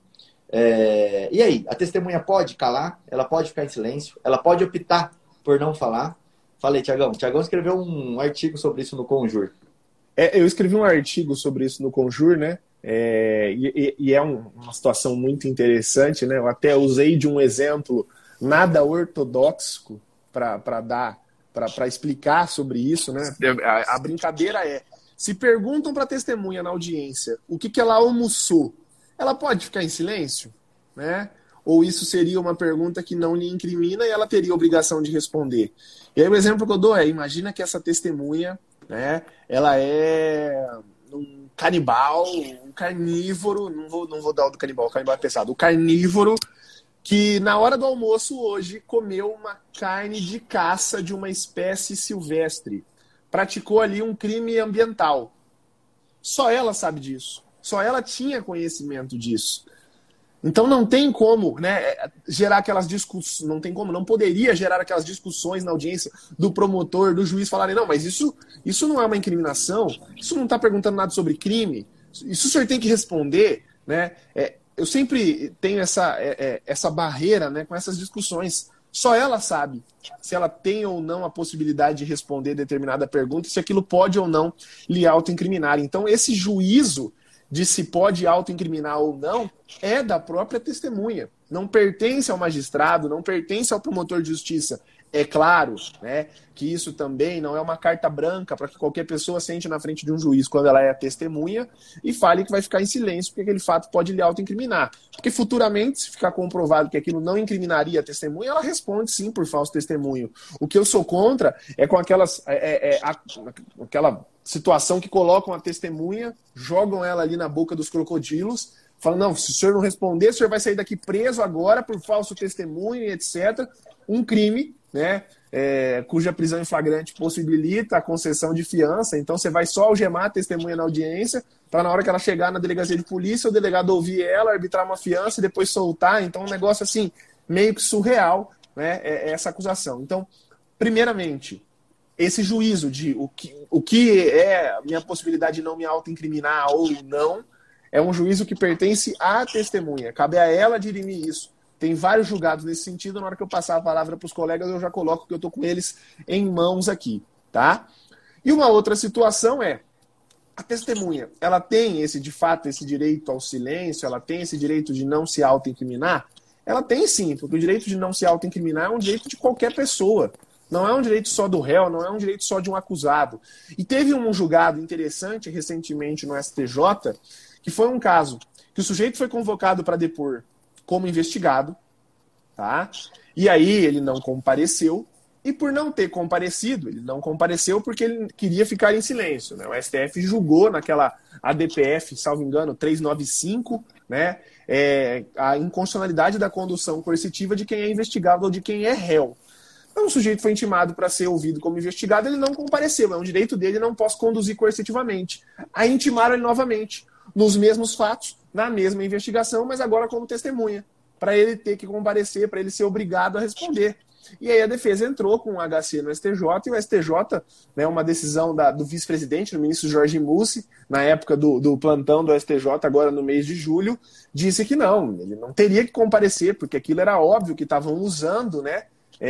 E aí, a testemunha pode calar? Ela pode ficar em silêncio? Ela pode optar por não falar? Falei, Tiagão. Tiagão escreveu um artigo sobre isso no Conjur. Eu escrevi um artigo sobre isso no Conjur, né? E é uma situação muito interessante, né? Eu até usei de um exemplo nada ortodoxo para explicar sobre isso, né? A brincadeira se perguntam para a testemunha na audiência o que ela almoçou, ela pode ficar em silêncio, né? Ou isso seria uma pergunta que não lhe incrimina e ela teria obrigação de responder. E aí o exemplo que eu dou imagina que essa testemunha, né, ela é um canibal, um carnívoro, não vou dar o do canibal, o canibal é pesado, o carnívoro que na hora do almoço hoje comeu uma carne de caça de uma espécie silvestre, praticou ali um crime ambiental. Só ela sabe disso. Só ela tinha conhecimento disso. Então não tem como, né, gerar aquelas discussões, não poderia gerar aquelas discussões na audiência do promotor, do juiz falarem, não, mas isso não é uma incriminação, isso não está perguntando nada sobre crime, isso o senhor tem que responder, né? Eu sempre tenho essa barreira, né, com essas discussões. Só ela sabe se ela tem ou não a possibilidade de responder determinada pergunta, se aquilo pode ou não lhe autoincriminar. Então esse juízo de se pode autoincriminar ou não, é da própria testemunha. Não pertence ao magistrado, não pertence ao promotor de justiça. É claro, né, que isso também não é uma carta branca para que qualquer pessoa sente na frente de um juiz quando ela é testemunha e fale que vai ficar em silêncio porque aquele fato pode lhe autoincriminar. Porque futuramente, se ficar comprovado que aquilo não incriminaria a testemunha, ela responde sim por falso testemunho. O que eu sou contra é com aquela situação que colocam a testemunha, jogam ela ali na boca dos crocodilos, falam, não, se o senhor não responder, o senhor vai sair daqui preso agora por falso testemunho e etc. Um crime, né, cuja prisão em flagrante possibilita a concessão de fiança, então você vai só algemar a testemunha na audiência, para na hora que ela chegar na delegacia de polícia, o delegado ouvir ela, arbitrar uma fiança e depois soltar, então um negócio assim, meio que surreal, né, essa acusação. Então, primeiramente, esse juízo de o que é a minha possibilidade de não me autoincriminar ou não, é um juízo que pertence à testemunha, cabe a ela dirimir isso. Tem vários julgados nesse sentido, na hora que eu passar a palavra para os colegas, eu já coloco que eu estou com eles em mãos aqui, tá? E uma outra situação é, a testemunha, ela tem de fato, esse direito ao silêncio, ela tem esse direito de não se autoincriminar? Ela tem sim, porque o direito de não se autoincriminar é um direito de qualquer pessoa. Não é um direito só do réu, não é um direito só de um acusado. E teve um julgado interessante recentemente no STJ, que foi um caso que o sujeito foi convocado para depor como investigado, tá? E aí ele não compareceu, e por não ter comparecido, ele não compareceu porque ele queria ficar em silêncio, né? O STF julgou naquela ADPF, salvo engano, 395, né? A inconstitucionalidade da condução coercitiva de quem é investigado ou de quem é réu. Então o sujeito foi intimado para ser ouvido como investigado, ele não compareceu, é um direito dele, não posso conduzir coercitivamente. Aí intimaram ele novamente, nos mesmos fatos, na mesma investigação, mas agora como testemunha, para ele ter que comparecer, para ele ser obrigado a responder. E aí a defesa entrou com o HC no STJ, e o STJ, né, uma decisão do vice-presidente, do ministro Jorge Mussi, na época do plantão do STJ, agora no mês de julho, disse que não, ele não teria que comparecer, porque aquilo era óbvio que estavam usando, né,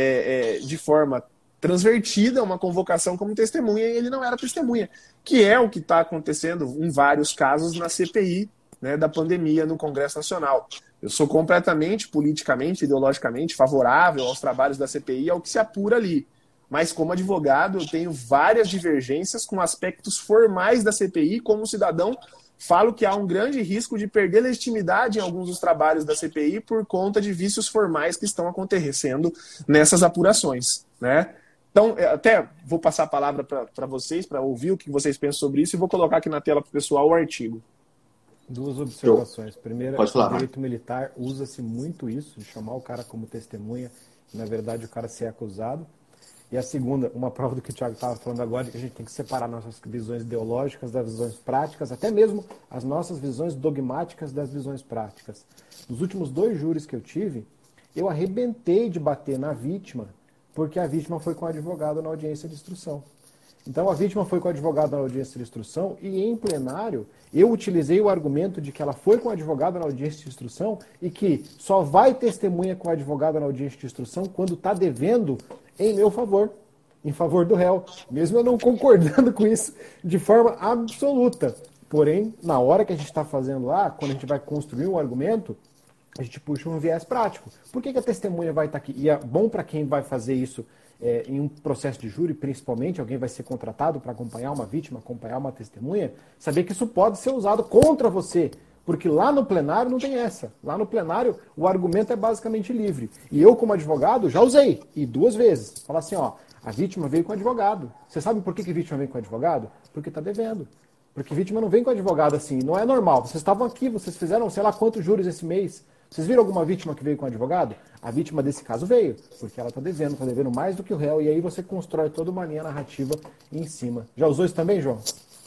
de forma transvertida uma convocação como testemunha, e ele não era testemunha, que é o que está acontecendo em vários casos na CPI, né, da pandemia no Congresso Nacional. Eu sou completamente, politicamente, ideologicamente favorável aos trabalhos da CPI, ao que se apura ali. Mas como advogado, eu tenho várias divergências com aspectos formais da CPI. Como cidadão, falo que há um grande risco de perder legitimidade em alguns dos trabalhos da CPI por conta de vícios formais que estão acontecendo nessas apurações, né? Então, até vou passar a palavra para vocês, para ouvir o que vocês pensam sobre isso, e vou colocar aqui na tela para o pessoal o artigo. Duas observações. Primeira, Pode falar, no direito militar usa-se muito isso, de chamar o cara como testemunha, e, na verdade o cara ser acusado. E a segunda, uma prova do que o Thiago estava falando agora, de que a gente tem que separar nossas visões ideológicas das visões práticas, até mesmo as nossas visões dogmáticas das visões práticas. Nos últimos 2 júris que eu tive, eu arrebentei de bater na vítima, porque a vítima foi com o advogado na audiência de instrução. Então a vítima foi com o advogado na audiência de instrução e em plenário eu utilizei o argumento de que ela foi com o advogado na audiência de instrução e que só vai testemunha com o advogado na audiência de instrução quando está devendo em meu favor, em favor do réu, mesmo eu não concordando com isso de forma absoluta. Porém, na hora que a gente está fazendo lá, quando a gente vai construir um argumento, a gente puxa um viés prático. Por que a testemunha vai estar aqui? E é bom para quem vai fazer isso em um processo de júri, principalmente, alguém vai ser contratado para acompanhar uma vítima, acompanhar uma testemunha, saber que isso pode ser usado contra você. Porque lá no plenário não tem essa. Lá no plenário o argumento é basicamente livre. E eu, como advogado, já usei. E 2 vezes. Falar assim, ó, a vítima veio com advogado. Você sabe por que a vítima vem com advogado? Porque está devendo. Porque a vítima não vem com advogado assim. Não é normal. Vocês estavam aqui, vocês fizeram sei lá quantos júris esse mês. Vocês viram alguma vítima que veio com advogado? A vítima desse caso veio, porque ela está devendo mais do que o réu, e aí você constrói toda uma linha narrativa em cima. Já usou isso também, João?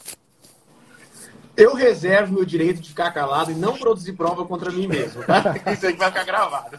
Eu reservo meu direito de ficar calado e não produzir prova contra mim mesmo, tá? Isso aí vai ficar gravado.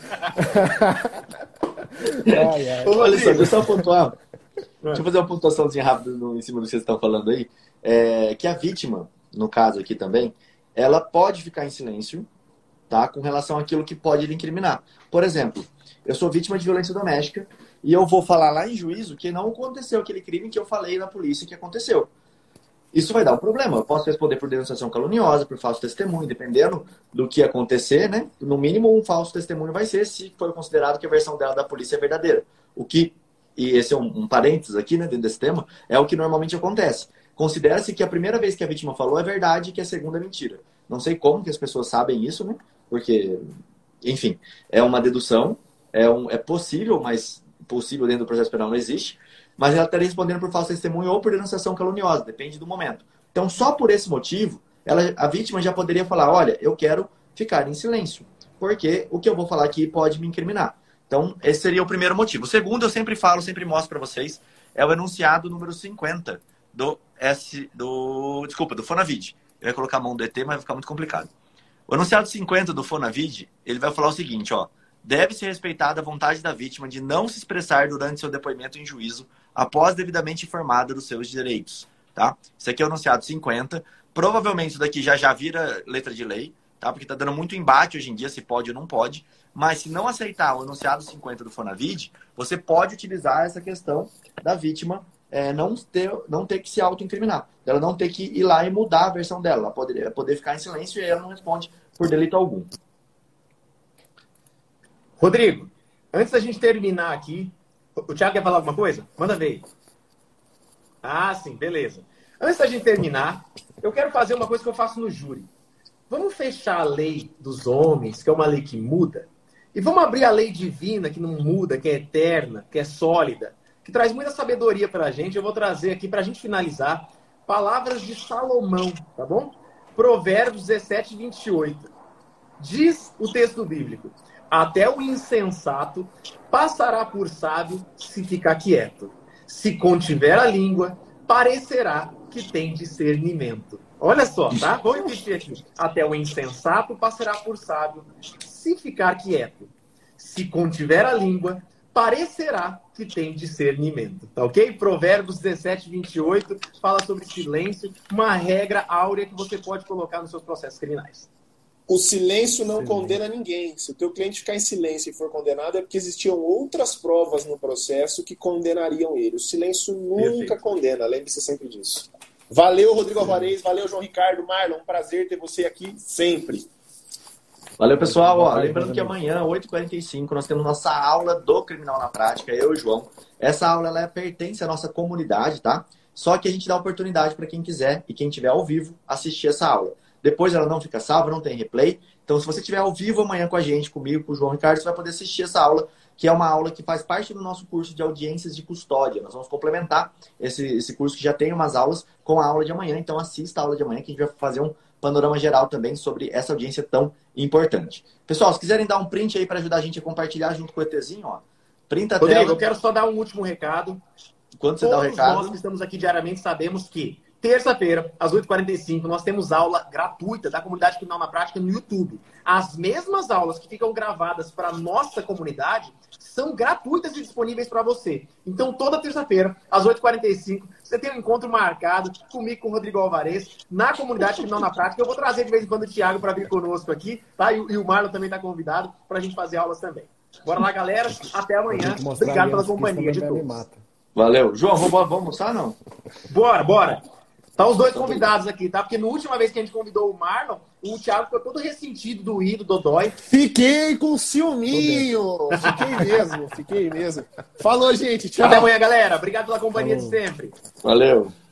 Olha só, deixa eu pontuar. Deixa eu fazer uma pontuaçãozinha rápida em cima do que vocês estão falando aí. Que a vítima, no caso aqui também, ela pode ficar em silêncio, tá? Com relação àquilo que pode lhe incriminar. Por exemplo, eu sou vítima de violência doméstica e eu vou falar lá em juízo que não aconteceu aquele crime que eu falei na polícia que aconteceu. Isso vai dar um problema. Eu posso responder por denunciação caluniosa, por falso testemunho, dependendo do que acontecer, né? No mínimo, um falso testemunho vai ser se for considerado que a versão dela da polícia é verdadeira. O que e esse é um parênteses aqui, né, dentro desse tema, é o que normalmente acontece. Considera-se que a primeira vez que a vítima falou é verdade e que a segunda é mentira. Não sei como que as pessoas sabem isso, né? Porque, enfim, é uma dedução, é possível, mas possível dentro do processo penal não existe, mas ela estaria respondendo por falso testemunho ou por denunciação caluniosa, depende do momento. Então, só por esse motivo, a vítima já poderia falar, olha, eu quero ficar em silêncio, porque o que eu vou falar aqui pode me incriminar. Então, esse seria o primeiro motivo. O segundo, eu sempre falo, sempre mostro para vocês, é o enunciado número 50 do Fonavid. Eu ia colocar a mão do ET, mas vai ficar muito complicado. O enunciado 50 do Fonavid, ele vai falar o seguinte, ó, deve ser respeitada a vontade da vítima de não se expressar durante seu depoimento em juízo após devidamente informada dos seus direitos, tá? Isso aqui é o enunciado 50. Provavelmente isso daqui já vira letra de lei, tá? Porque tá dando muito embate hoje em dia se pode ou não pode. Mas se não aceitar o enunciado 50 do Fonavid, você pode utilizar essa questão da vítima não ter que se autoincriminar. Ela não ter que ir lá e mudar a versão dela. Ela poder ficar em silêncio e ela não responde por delito algum. Rodrigo, antes da gente terminar aqui, o Thiago quer falar alguma coisa? Manda ver. Ah, sim, beleza. Antes da gente terminar, eu quero fazer uma coisa que eu faço no júri. Vamos fechar a lei dos homens, que é uma lei que muda, e vamos abrir a lei divina, que não muda, que é eterna, que é sólida, que traz muita sabedoria para a gente. Eu vou trazer aqui, para a gente finalizar, palavras de Salomão, tá bom? Provérbios 17, 28. Diz o texto bíblico, até o insensato passará por sábio se ficar quieto. Se contiver a língua, parecerá que tem discernimento. Olha só, tá? Vou repetir aqui. Até o insensato passará por sábio se ficar quieto. Se contiver a língua, parecerá que tem discernimento. Tá ok? Provérbios 17, 28 fala sobre silêncio, uma regra áurea que você pode colocar nos seus processos criminais. O silêncio não condena ninguém. Se o teu cliente ficar em silêncio e for condenado, é porque existiam outras provas no processo que condenariam ele. O silêncio nunca condena. Lembre-se sempre disso. Valeu, Rodrigo Alvarez. Valeu, João Ricardo. Marlon, um prazer ter você aqui sempre. Valeu, pessoal. Ó, lembrando que amanhã, 8h45, nós temos nossa aula do Criminal na Prática, eu e o João. Essa aula ela pertence à nossa comunidade, tá? Só que a gente dá oportunidade para quem quiser e quem estiver ao vivo assistir essa aula. Depois ela não fica salva, não tem replay. Então, se você estiver ao vivo amanhã com a gente, comigo, com o João Ricardo, você vai poder assistir essa aula, que é uma aula que faz parte do nosso curso de audiências de custódia. Nós vamos complementar esse curso que já tem umas aulas com a aula de amanhã. Então, assista a aula de amanhã, que a gente vai fazer um panorama geral também sobre essa audiência tão importante. Pessoal, se quiserem dar um print aí para ajudar a gente a compartilhar junto com o ETzinho, ó. Printa a tela. Rodrigo, eu quero só dar um último recado. Quando você dá o recado... Todos nós que estamos aqui diariamente sabemos que terça-feira, às 8h45, nós temos aula gratuita da Comunidade Criminal na Prática no YouTube. As mesmas aulas que ficam gravadas para a nossa comunidade são gratuitas e disponíveis para você. Então, toda terça-feira, às 8h45, você tem um encontro marcado comigo, com o Rodrigo Alvarez, na Comunidade Criminal na Prática. Eu vou trazer de vez em quando o Thiago para vir conosco aqui, tá? E o Marlon também está convidado para a gente fazer aulas também. Bora lá, galera. Até amanhã. Obrigado pela companhia de todos. Valeu. João, vamos almoçar, não? Bora. Tá os dois convidados aqui, tá? Porque na última vez que a gente convidou o Marlon, o Thiago ficou todo ressentido do do Dodói. Fiquei com ciúminho! Fiquei mesmo. Falou, gente. Tchau. Até amanhã, galera. Obrigado pela companhia de sempre. Valeu.